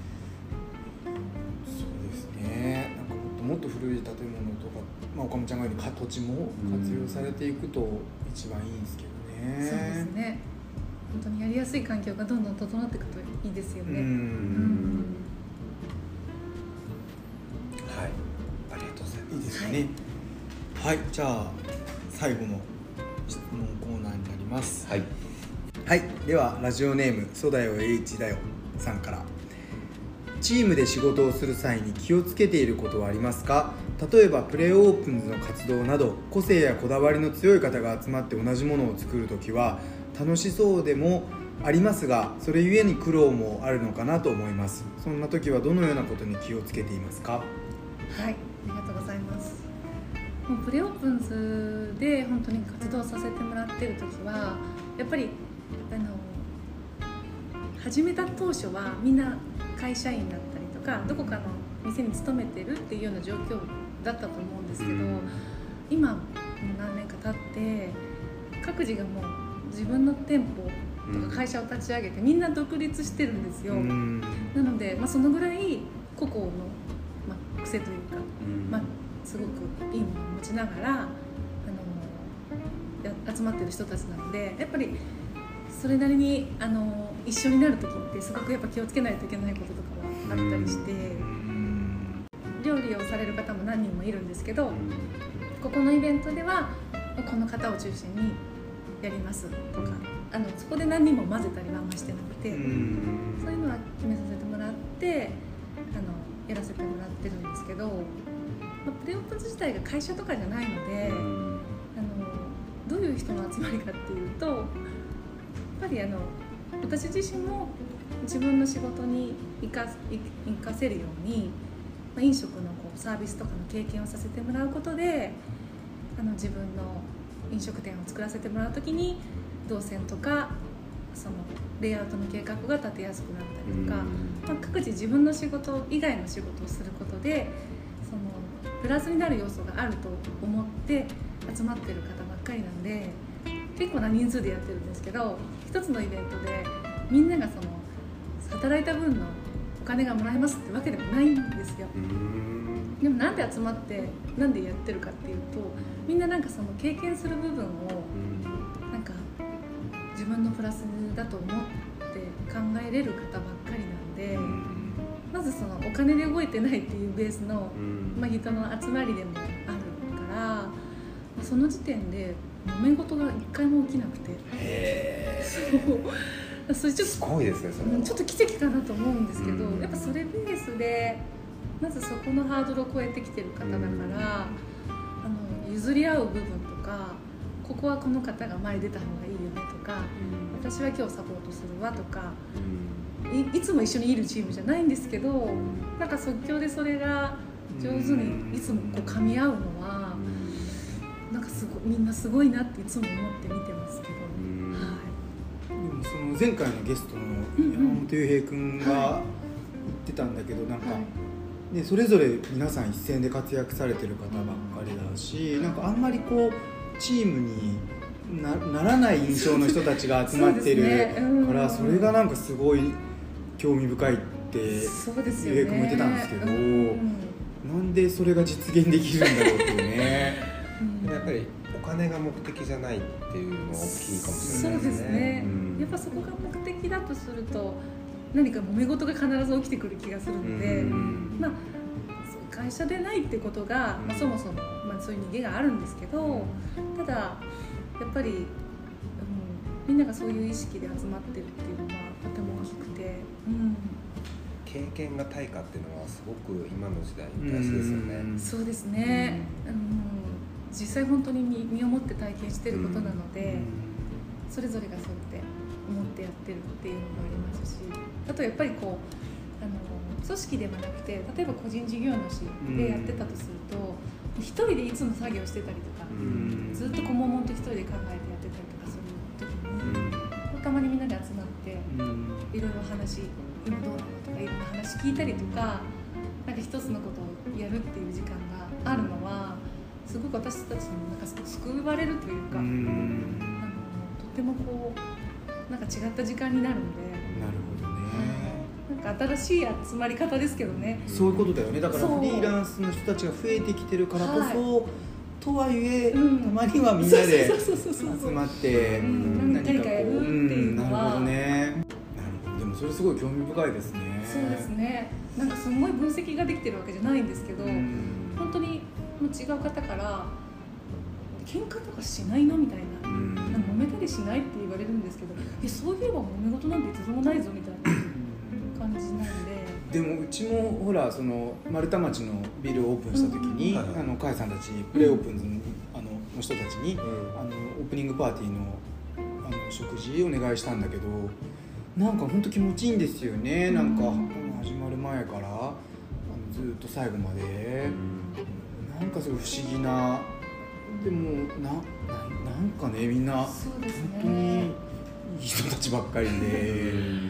そうですね。なんかもっともっと古い建物とか、まあ、おかみちゃんが言うように土地も活用されていくと一番いいんですけどね、 うん、そうですね。本当にやりやすい環境がどんどん整っていくといいですよね。うん、うん、 はい、ありがとうございます。 いいですかね。はい、はい、じゃあ最後の質問コーナーになります。 はい、 はい、ではラジオネームそだよ H だよさんから、チームで仕事をする際に気をつけていることはありますか？例えばプレオープンズの活動など個性やこだわりの強い方が集まって同じものを作るときは楽しそうでもありますが、それゆえに苦労もあるのかなと思います。そんな時はどのようなことに気をつけていますか？ はい、ありがとうございます。もうプレオープンズで本当に活動させてもらってる時はやっぱりあの始めた当初はみんな会社員だったりとかどこかの店に勤めてるっていうような状況だったと思うんですけど、うん、今もう何年か経って各自がもう自分の店舗とか会社を立ち上げてみんな独立してるんですよ、うん、なので、まあ、そのぐらい個々の、まあ、癖というか、うんまあ、すごくいいものを持ちながらあのや集まってる人たちなのでやっぱりそれなりにあの一緒になる時ってすごくやっぱ気をつけないといけないこととかはあったりして、うん、料理をされる方も何人もいるんですけど、ここのイベントではこの方を中心にやりますとか、あのそこで何人も混ぜたりはあんましてなくて、うん、そういうのは決めさせてもらってあのやらせてもらってるんですけど、まあ、プレオープンズ自体が会社とかじゃないので、うん、あのどういう人の集まりかっていうとやっぱりあの私自身も自分の仕事に生か、生かせるように、まあ、飲食のこうサービスとかの経験をさせてもらうことであの自分の飲食店を作らせてもらうときに動線とかそのレイアウトの計画が立てやすくなったりとか、まあ、各自自分の仕事以外の仕事をすることでそのプラスになる要素があると思って集まってる方ばっかりなんで結構な人数でやってるんですけど、一つのイベントでみんながその働いた分のお金がもらえますってわけでもないんですよ。でもなんで集まってなんでやってるかっていうとみんななんかその経験する部分をなんか自分のプラスだと思って考えれる方ばっかりなんで、まずそのお金で動いてないっていうベースの、まあ、人の集まりでもあるからその時点で揉め事が一回も起きなくて、 へそうそれちょっとすごいですね。それちょっと奇跡かなと思うんですけど、やっぱそれベースでまずそこのハードルを超えてきてる方だから、あの譲り合う部分とかここはこの方が前出た方がいいよねとか、私は今日サポートするわとか、い, いつも一緒にいるチームじゃないんですけど、なんか即興でそれが上手にいつもこう噛み合うのはなんかすごみんなすごいなっていつも思って見てますけど、はい、 でもその前回のゲストの山本雄平君が言ってたんだけど、なんか、はい、でそれぞれ皆さん一線で活躍されてる方ばっかりだし、なんかあんまりこうチームに な, ならない印象の人たちが集まってるね、うん、からそれがなんかすごい興味深いって雄平君も言ってたんですけど、うん、なんでそれが実現できるんだろうっていうねうん、やっぱりお金が目的じゃないっていうのが大きいかもしれないですね。 そうですね、うん、やっぱそこが目的だとすると何か揉め事が必ず起きてくる気がするので、うん、まあ会社でないってことが、まあ、そもそも、まあ、そういう逃げがあるんですけど、ただやっぱり、うん、みんながそういう意識で集まってるっていうのはとても大きくて、うん、 経験が対価っていうのはすごく今の時代に大事ですよね。 うん、そうですね、うん、実際本当に 身, 身をもって体験してることなので、うん、それぞれがそうやって思ってやってるっていうのもありますし、あとやっぱりこうあの組織ではなくて例えば個人事業主でやってたとすると、うん、一人でいつも作業してたりとか、うん、ずっとこう悶々と一人で考えてやってたりとかする時に、うん、たまにみんなで集まって、うん、いろいろ話今どうなのとかいろんな話聞いたりとか、なんか一つのことをやるっていう時間があるのはすごく私たちになんか救われるというか、うん、あのとってもこうなんか違った時間になるので。 なるほどね。 なんか新しい集まり方ですけどね。 そういうことだよね。だからフリーランスの人たちが増えてきてるからこそ、はい、とはいえ、うん、たまにはみんなで集まって何かこう、やるっていうのは、うん、なるほどね。 なるほど。でもそれすごい興味深いですね。 そうですね。なんかすごい分析ができてるわけじゃないんですけど、うん、本当に違う方から喧嘩とかしないのみたいな、うん、なんか揉めたりしないって言われるんですけど、えそういえば揉め事なんて一度もないぞみたいな感じなんで。 でもうちもほらその丸太町のビルをオープンした時に、うんうん、あの甲斐さんたちプレオープンズの、うん、あのの人たちに、うん、あのオープニングパーティーのあのの食事お願いしたんだけど、なんか本当気持ちいいんですよね、うん、なんか始まる前からあのずっと最後まで、うん、なんかすごい不思議な、でも な, な, なんかねみんなそうですね、 本当にいい人たちばっかりで、うん、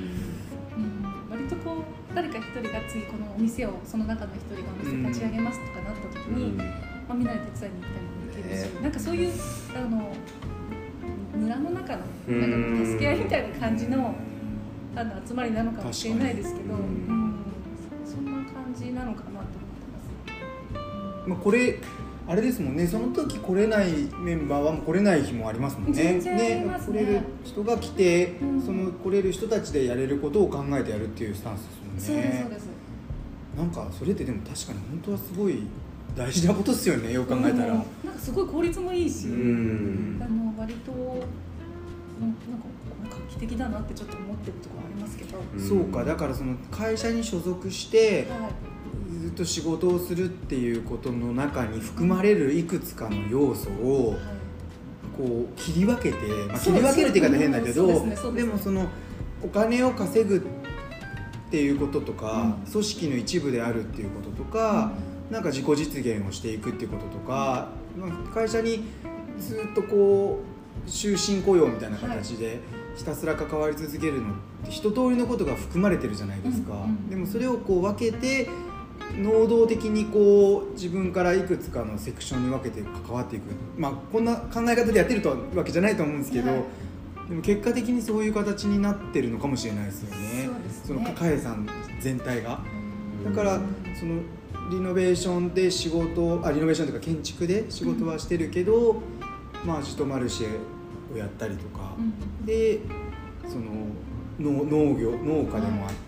割とこう誰か一人が次このお店をその中の一人がお店立ち上げますとかなった時に、うんまあ、みんなで手伝いに行ったりもできるし、えー、なんかそういうあの村の中のなんか助け合いみたいな感じの、あの集まりなのかもしれないですけど、うん、そんな感じなのかなと思ってます。 まあ、これあれですもんね、その時来れないメンバーはもう来れない日もありますもんね。 全然ありますね。 ね、来れる人が来て、うん、その来れる人たちでやれることを考えてやるっていうスタンスですもんね。 そうですそうです。 なんかそれってでも確かに本当はすごい大事なことですよね、よく考えたら。うん、 なんかすごい効率もいいし、うん、あの割となんか画期的だなってちょっと思ってるところありますけど、 うん、そうか、だからその会社に所属して、はい、ずっと仕事をするっていうことの中に含まれるいくつかの要素を、はい、こう切り分けて、まあ、切り分けるって言い方変だけど、でもそのお金を稼ぐっていうこととか、うん、組織の一部であるっていうこととか、うん、なんか自己実現をしていくっていうこととか、まあ、会社にずっとこう終身雇用みたいな形で、はい、ひたすら関わり続けるのって一通りのことが含まれてるじゃないですか、うんうん、でもそれをこう分けて能動的にこう自分からいくつかのセクションに分けて関わっていく、まあ、こんな考え方でやってるとわけじゃないと思うんですけど、はい、でも結果的にそういう形になってるのかもしれないですよね。 そうですね、 そのかえさん全体が、だからそのリノベーションで仕事あリノベーションというか建築で仕事はしてるけど、うん、まあジトマルシェをやったりとか、うん、でその 農, 農業農家でもあって、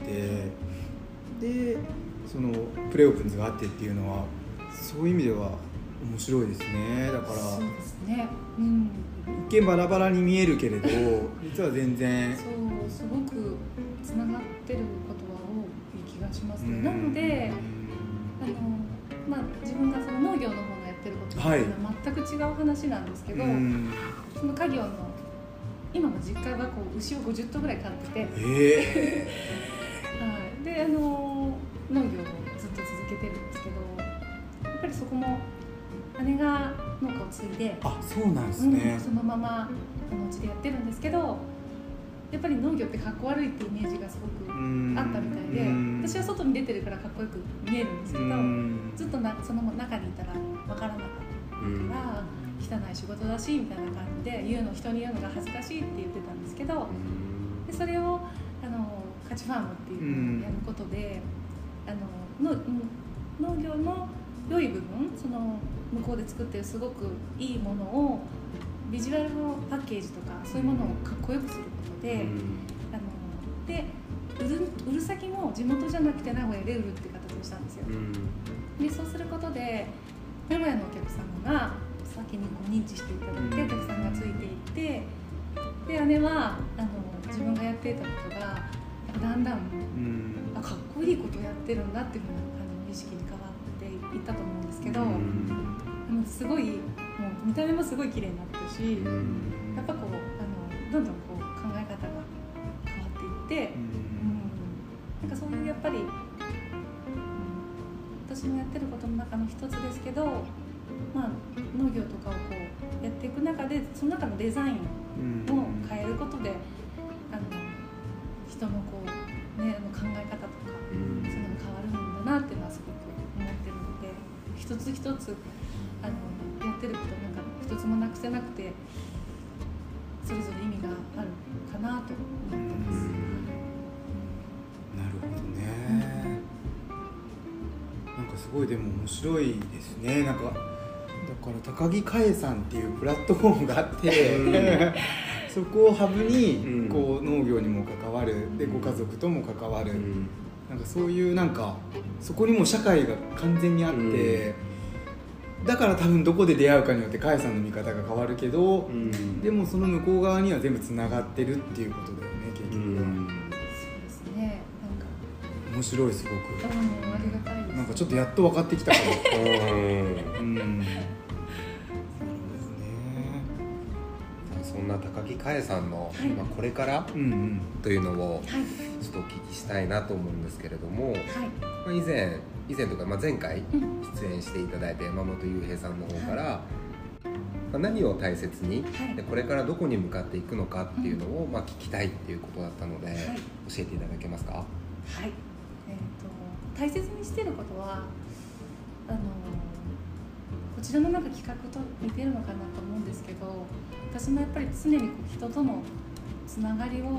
うん、でそのプレオープンズがあってっていうのはそういう意味では面白いですね。だからそうですね、うん、 一見バラバラに見えるけれど実は全然そうすごくつながってることは多い気がしますね。なのであの、まあ、自分がその農業の方のやってることとは全く違う話なんですけど、はい、その家業の今も実家はこう牛をごじゅっとうぐらい飼ってて、 えーはい、であの農業をずっと続けてるんですけど、やっぱりそこも姉が農家を継いで、 あ、そうなんですね、 うん、そのままあのうちでやってるんですけど、やっぱり農業ってかっこ悪いってイメージがすごくあったみたいで、私は外に出てるからかっこよく見えるんですけど、ずっとなその中にいたら分からなかったから汚い仕事だしみたいな感じで言うの人に言うのが恥ずかしいって言ってたんですけど、でそれをあのカチファームっていうのをやることで、あのの農業の良い部分、その向こうで作ってるすごくいいものをビジュアルのパッケージとかそういうものをかっこよくすることで、うん、あので売る、売る先も地元じゃなくて名古屋で売るって形にしたんですよ、うん、でそうすることで名古屋のお客様が先にこう認知していただいて、お客さんがついていってで姉はあの自分がやっていたことがだんだん、うん、あかっこいいことをやってるんだっていうふうなあの意識に変わっていったと思うんですけど、うん、すごいもう見た目もすごい綺麗になったし、うん、やっぱこうあのどんどんこう考え方が変わっていって、うんうん、なんかそういうやっぱり、うん、私のやってることの中の一つですけど、まあ、農業とかをこうやっていく中でその中のデザインを変えることで、あの人のこう、ね、あの考え方とか、うん、そういうのが変わるんだなっていうのはすごく思ってるので、一つ一つあのやってることなんか一つもなくせなくてそれぞれ意味があるかなと思ってます。 なるほどね、うん、なんかすごいでも面白いですね。なんかだから高木かえさんっていうプラットフォームがあってそこをハブにこう農業にも関わるでご家族とも関わる、うん、なんかそういうなんかそこにも社会が完全にあって、うん、だから多分どこで出会うかによってかえさんの見方が変わるけど、うん、でもその向こう側には全部つながってるっていうことだよね結局は、うん、 そうですね。なんか面白いすごく、うん、 ありがたいです。 なんかちょっとやっと分かってきたかもうん、うん、 そんんな高木かえさんの、 はい、 まあ、これからうんうんというのをはいちょっとお聞きしたいなと思うんですけれども、 はいまあ、以前以前とか、まあ、前回出演していただいた山本優平さんの方から、はい、まあ、何を大切に、はい、でこれからどこに向かっていくのかっていうのを、まあ、聞きたいっていうことだったので、はい、教えていただけますか？ はい、えーと、大切にしていることはあのこちらのなんか企画と似てるのかなと思うんですけど、私もやっぱり常にこう人とのつながりを、うん、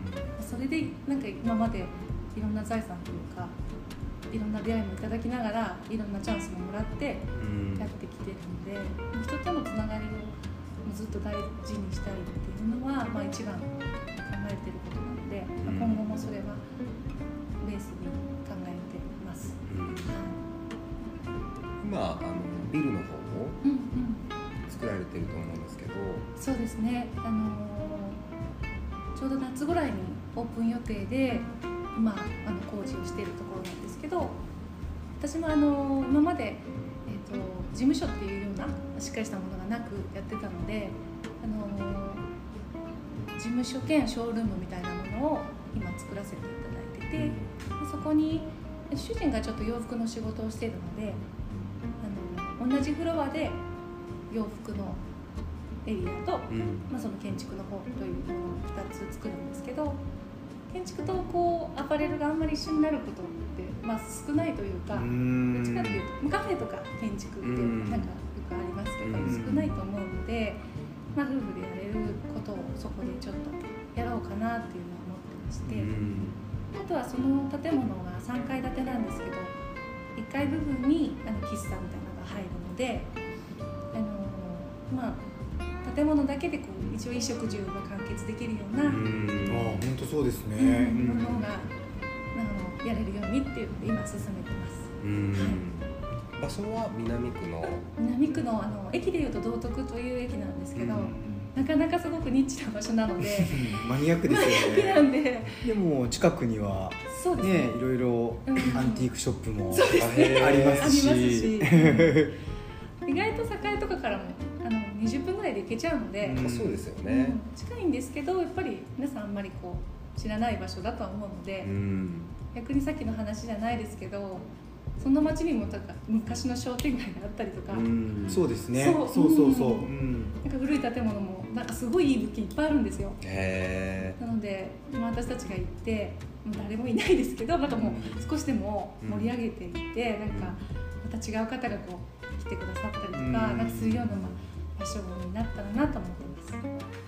それでなんか今までいろんな財産というかいろんな出会いもいただきながらいろんなチャンスももらってやってきてるので、うん、人とのつながりをずっと大事にしたいっていうのは、まあ、一番考えてることなので、うん、まあ、今後もそれはベースに考えてます、うん、はい、 今あのビルの方を作られてると思うんですけど、うんうん、 そうですね、あのー、ちょうど夏ぐらいにオープン予定で今あの工事をしているところなんですけど、私もあの今まで、えーと、事務所っていうようなしっかりしたものがなくやってたので、あの事務所兼ショールームみたいなものを今作らせていただいてて、でそこに主人がちょっと洋服の仕事をしているので、あの同じフロアで洋服のエリアと、うん、まあ、その建築の方というものをふたつ作るんですけど、建築とこうアパレルがあんまり一緒になることって、まあ、少ないというか、どっちかっていうとカフェとか建築ってなんかよくありますけど、少ないと思うので、まあ、夫婦でやれることをそこでちょっとやろうかなっていうのを思ってまして、あとはその建物がさんかい建てなんですけど、いっかい部分にあの喫茶みたいなのが入るので、あのまあ、建物だけでこう一応衣食住が完結できるような、うん、 ああ本当そうですね、 うん、ものがあのやれるようにっていうので今進めてます。うん、 はい、場所は南区の南区 の, あの駅でいうと道徳という駅なんですけど、うん、なかなかすごくニッチな場所なのでマニアックですよね。 なんででも近くにはそうですね、 いろいろアンティークショップも、 うん、 ありますし、 意外と栄とかからもあのにじゅっぷんぐらいで行けちゃうので、 うん、そうですよね、 うん、近いんですけどやっぱり皆さんあんまりこう知らない場所だとは思うので、うん、逆にさっきの話じゃないですけど、その町にもなんか昔の商店街があったりとか、うん、 そうですね、そうそうそうそう、うん、 なんか古い建物もなんかすごいいい物件いっぱいあるんですよ。 へー。 なので今私たちが行ってもう誰もいないですけど、なんかもう少しでも盛り上げていって、うん、なんかまた違う方がこう来てくださったりとか、うん、なんかするような場所になったらなと思ってます。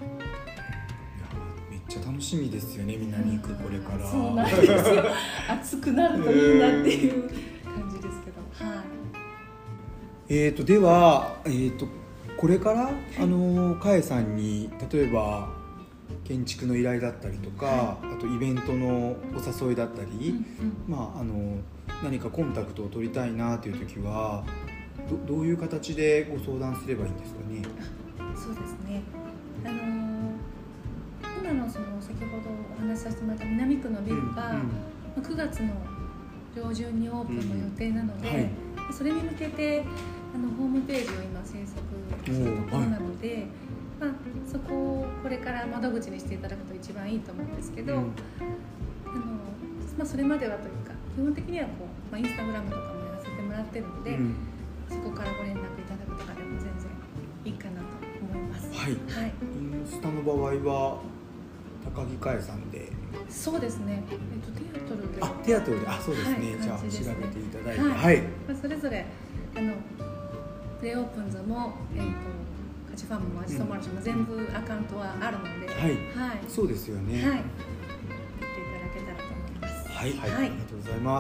めっちゃ楽しみですよね、南区これから。 そうなんですよ暑くなるといいなっていう感じですけど、はい。 えーとでは、えーとこれからあのかえさんに例えば建築の依頼だったりとか、はい、あとイベントのお誘いだったり、うんうん、まああの何かコンタクトを取りたいなという時は ど, どういう形でご相談すればいいんですかね。 そうですね。あの今のその先ほどお話しさせてもらった南区のビルが、うんうん、くがつの上旬にオープンの予定なので、うん、はい、それに向けてあのホームページを今制作しているところなので、はい、まあ、そこをこれから窓口にしていただくと一番いいと思うんですけど、うん、あのまあ、それまではというか基本的にはこう、まあ、インスタグラムとかもやらせてもらってるので、うん、そこからご連絡いただくとかでも全然いいかなと思います。 はい、はい、インスタの場合は高木かえさんで。 そうですね、えっと、テアトルで。 あ、テアトルで、あ、そうですね、はい、じゃあ調べていただいて、はい、 はい、まあ、それぞれあのプレオープンズも、えー、とカチファームもアジトマルシも全部アカウントはあるので、 はい、はい、そうですよね、はい、見ていただけたらと思います。 はい、はい、はい、ありがとうございます。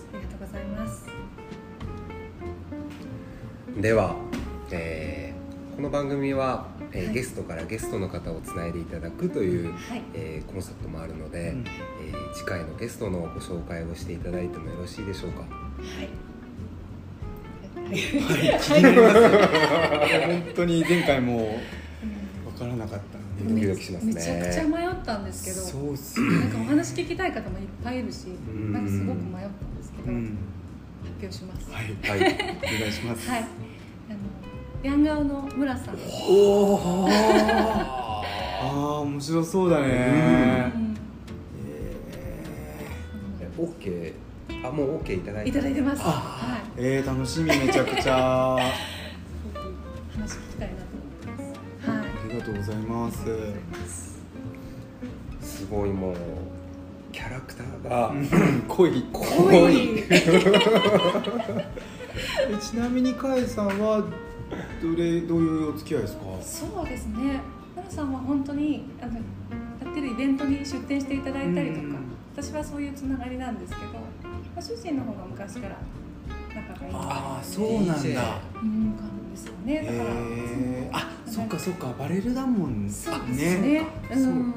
ありがとうございます。 では、えー、この番組は、えーはい、ゲストからゲストの方をつないでいただくという、はい、えー、コンセプトもあるので、うん、えー、次回のゲストのご紹介をしていただいてもよろしいでしょうか。 はい、 はい、気になりますよ本当に前回も分からなかったのでドキドキしますね。 めちゃくちゃ迷ったんですけど、 そうっすね、 なんかお話聞きたい方もいっぱいいるし、なんかすごく迷ったんですけど、発表します。 はい、はい、お願いします。 はい、あのヤンガオの村さん。 おーああ面白そうだね、 うんえー、OK、あもう OK いただいていただいてます。 あ、 はい。 えー、楽しみめちゃくちゃあ話聞きたいなと思ってます。はい。 りがとうございます。 すごいもうキャラクターが濃い濃いえちなみにかえさんはどれどういうお付き合いですか？ そうですね。奈良さんは本当にあのやってるイベントに出店していただいたりとか、私はそういうつながりなんですけど、まあ、主人の方が昔から仲がいいので。 ああそうなんだ。 うんなんですよね。だから、 へーあそっかそっかバレルだもん。 そうですね。 あそうか、うんうんうん、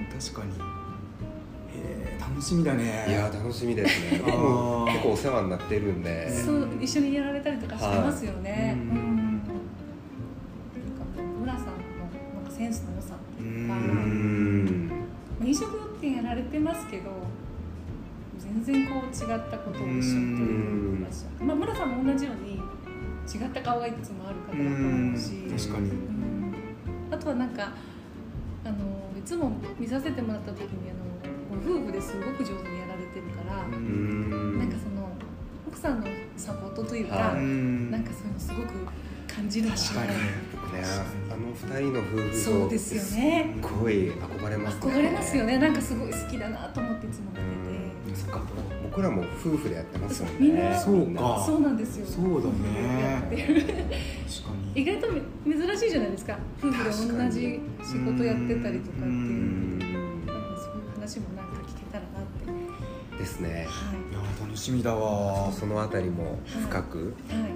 確かに。へー楽しみだね。 いや楽しみですね。僕も結構お世話になってるんで、 そう一緒にやられたりとかしてますよね。 はい、うんなんか村さんのなんかセンスの良さっていうか、 うん飲食店やられてますけど、全然こう違ったことをおっしゃっていらっしゃる。まあ村さんも同じように違った顔がいくつもある方だと思うし、 確かに。 あとはなんかあのいつも見させてもらった時にあのご夫婦ですごく上手にやられてるから、 うんなんかその奥さんのサポートというか、 はいなんかそういうのすごく感じるし、 確かにね、あの二人の夫婦そうですよね。 すごい憧れますね。 憧れますよね。なんかすごい好きだなと思っていつも見てて。 そっか、僕らも夫婦でやってますもんね。 みんなそうかそうなんですよ。 そうだね。 やってる確かに。 意外と珍しいじゃないですか。夫婦で同じ仕事やってたりとかっていう。なんかそういう話もなんか聞けたらなって。 ですね。 はい。 いや楽しみだわ。 そのあたりも深く。 はい。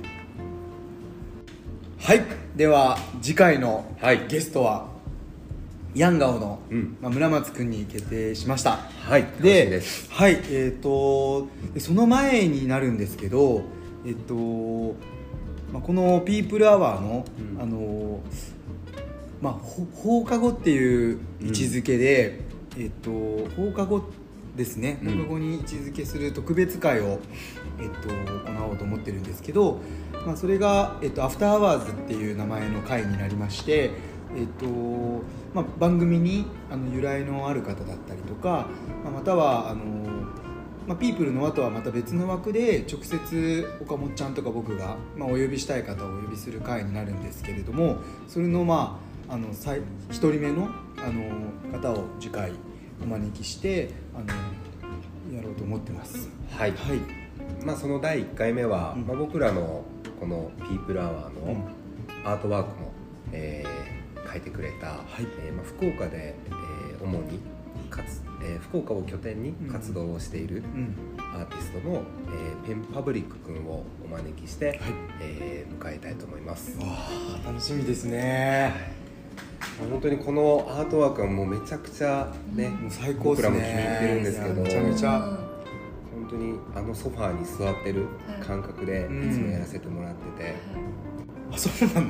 はい、では次回のはいゲストはヤンガオの、 うんまあ、村松くんに決定しました。 はい、楽しみでです。 はいえー、とでその前になるんですけど、えっとまあ、このピープルアワーの、 うんあのまあ、ほ放課後っていう位置づけで、えっと、放課後ですね、 うん放課後に位置づけする特別会を、えっと、行おうと思ってるんですけど、まあ、それが、えっと、アフターアワーズっていう名前の会になりまして、えっとまあ、番組にあの由来のある方だったりとか、まあ、またはあの、まあ、ピープルの後はまた別の枠で直接岡本ちゃんとか僕が、まあ、お呼びしたい方をお呼びする会になるんですけれども、それのまああの最一人目のあの方を次回お招きしてあのやろうと思ってます。 はい。 はい、 まあそのだいいっかいめは、 うんまあ、僕らのこのピープルアワーのアートワークも、えー、描いてくれた、 いえーまあ、福岡で、えー主にかつ、えー福岡を拠点に活動をしているうんアーティストの、えーペンパブリック君をお招きして、 はいえー迎えたいと思います。 わあ楽しみですね。 本当にこのアートワークはもうめちゃくちゃね、 もう最高ですね。 僕らも気に入ってるんですけど、 いやめちゃめちゃ本当にあのソファーに座ってる感覚でいつもやらせてもらってて、 あ、そうなの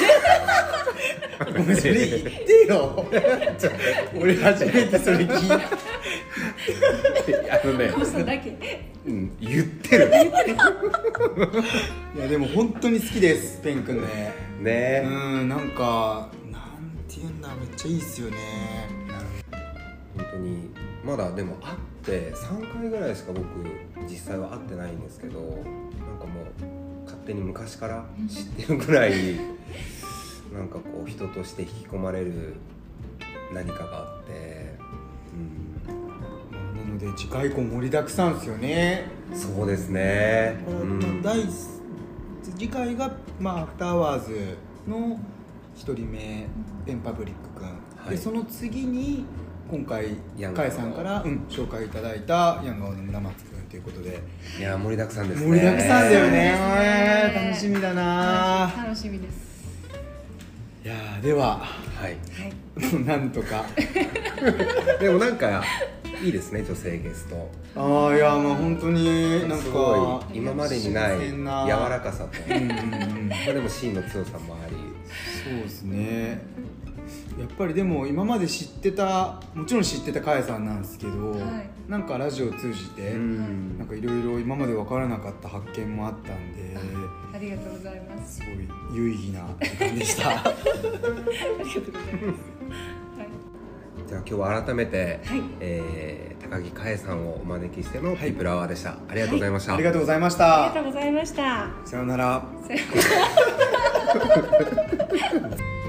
ごめんそれ言ってよ俺初めてそれ聞いたあのね、 コスだけ。 うん、言ってるいやでも本当に好きですペン君ね。 ねうんなんかなんていうんだめっちゃいいっすよね。 本当にまだでも会ってさんかいぐらいしか僕実際は会ってないんですけど、なんかもう勝手に昔から知ってるぐらいなんかこう人として引き込まれる何かがあって、 なので次回以降盛りだくさんですよね。 うん、そうですね、うまあん、 第次回が、まあ、アフターアワーズのひとりめペンパブリック君、 はいでその次に今回ヤンガオカエさんから、うん、紹介いただいたヤンガオの村松君ということでいや盛りだくさんですね。 盛りだくさんだよね。 ね楽しみだな。 楽しみです。 いやーでははいはい。 なんとかでもなんかいいですね、女性ゲスト。 ああいやまあ本当になんかすごい今までにない新鮮な柔らかさと、 うんうんうんまあでも芯の強さもあり、 そうですね。やっぱりでも今まで知ってたもちろん知ってたカエさんなんですけど、 はいなんかラジオを通じて、 うんなんかいろいろ今まで分からなかった発見もあったんで、 ありがとうございます。 すごい有意義な時間でした。 ありがとうございます。はじゃあ今日は改めて、 はいえー、高木かえさんをお招きしてのピープルアワーでした、はい、ありがとうございました、 ありがとうございました。 ありがとうございました。 さようなら。 さようなら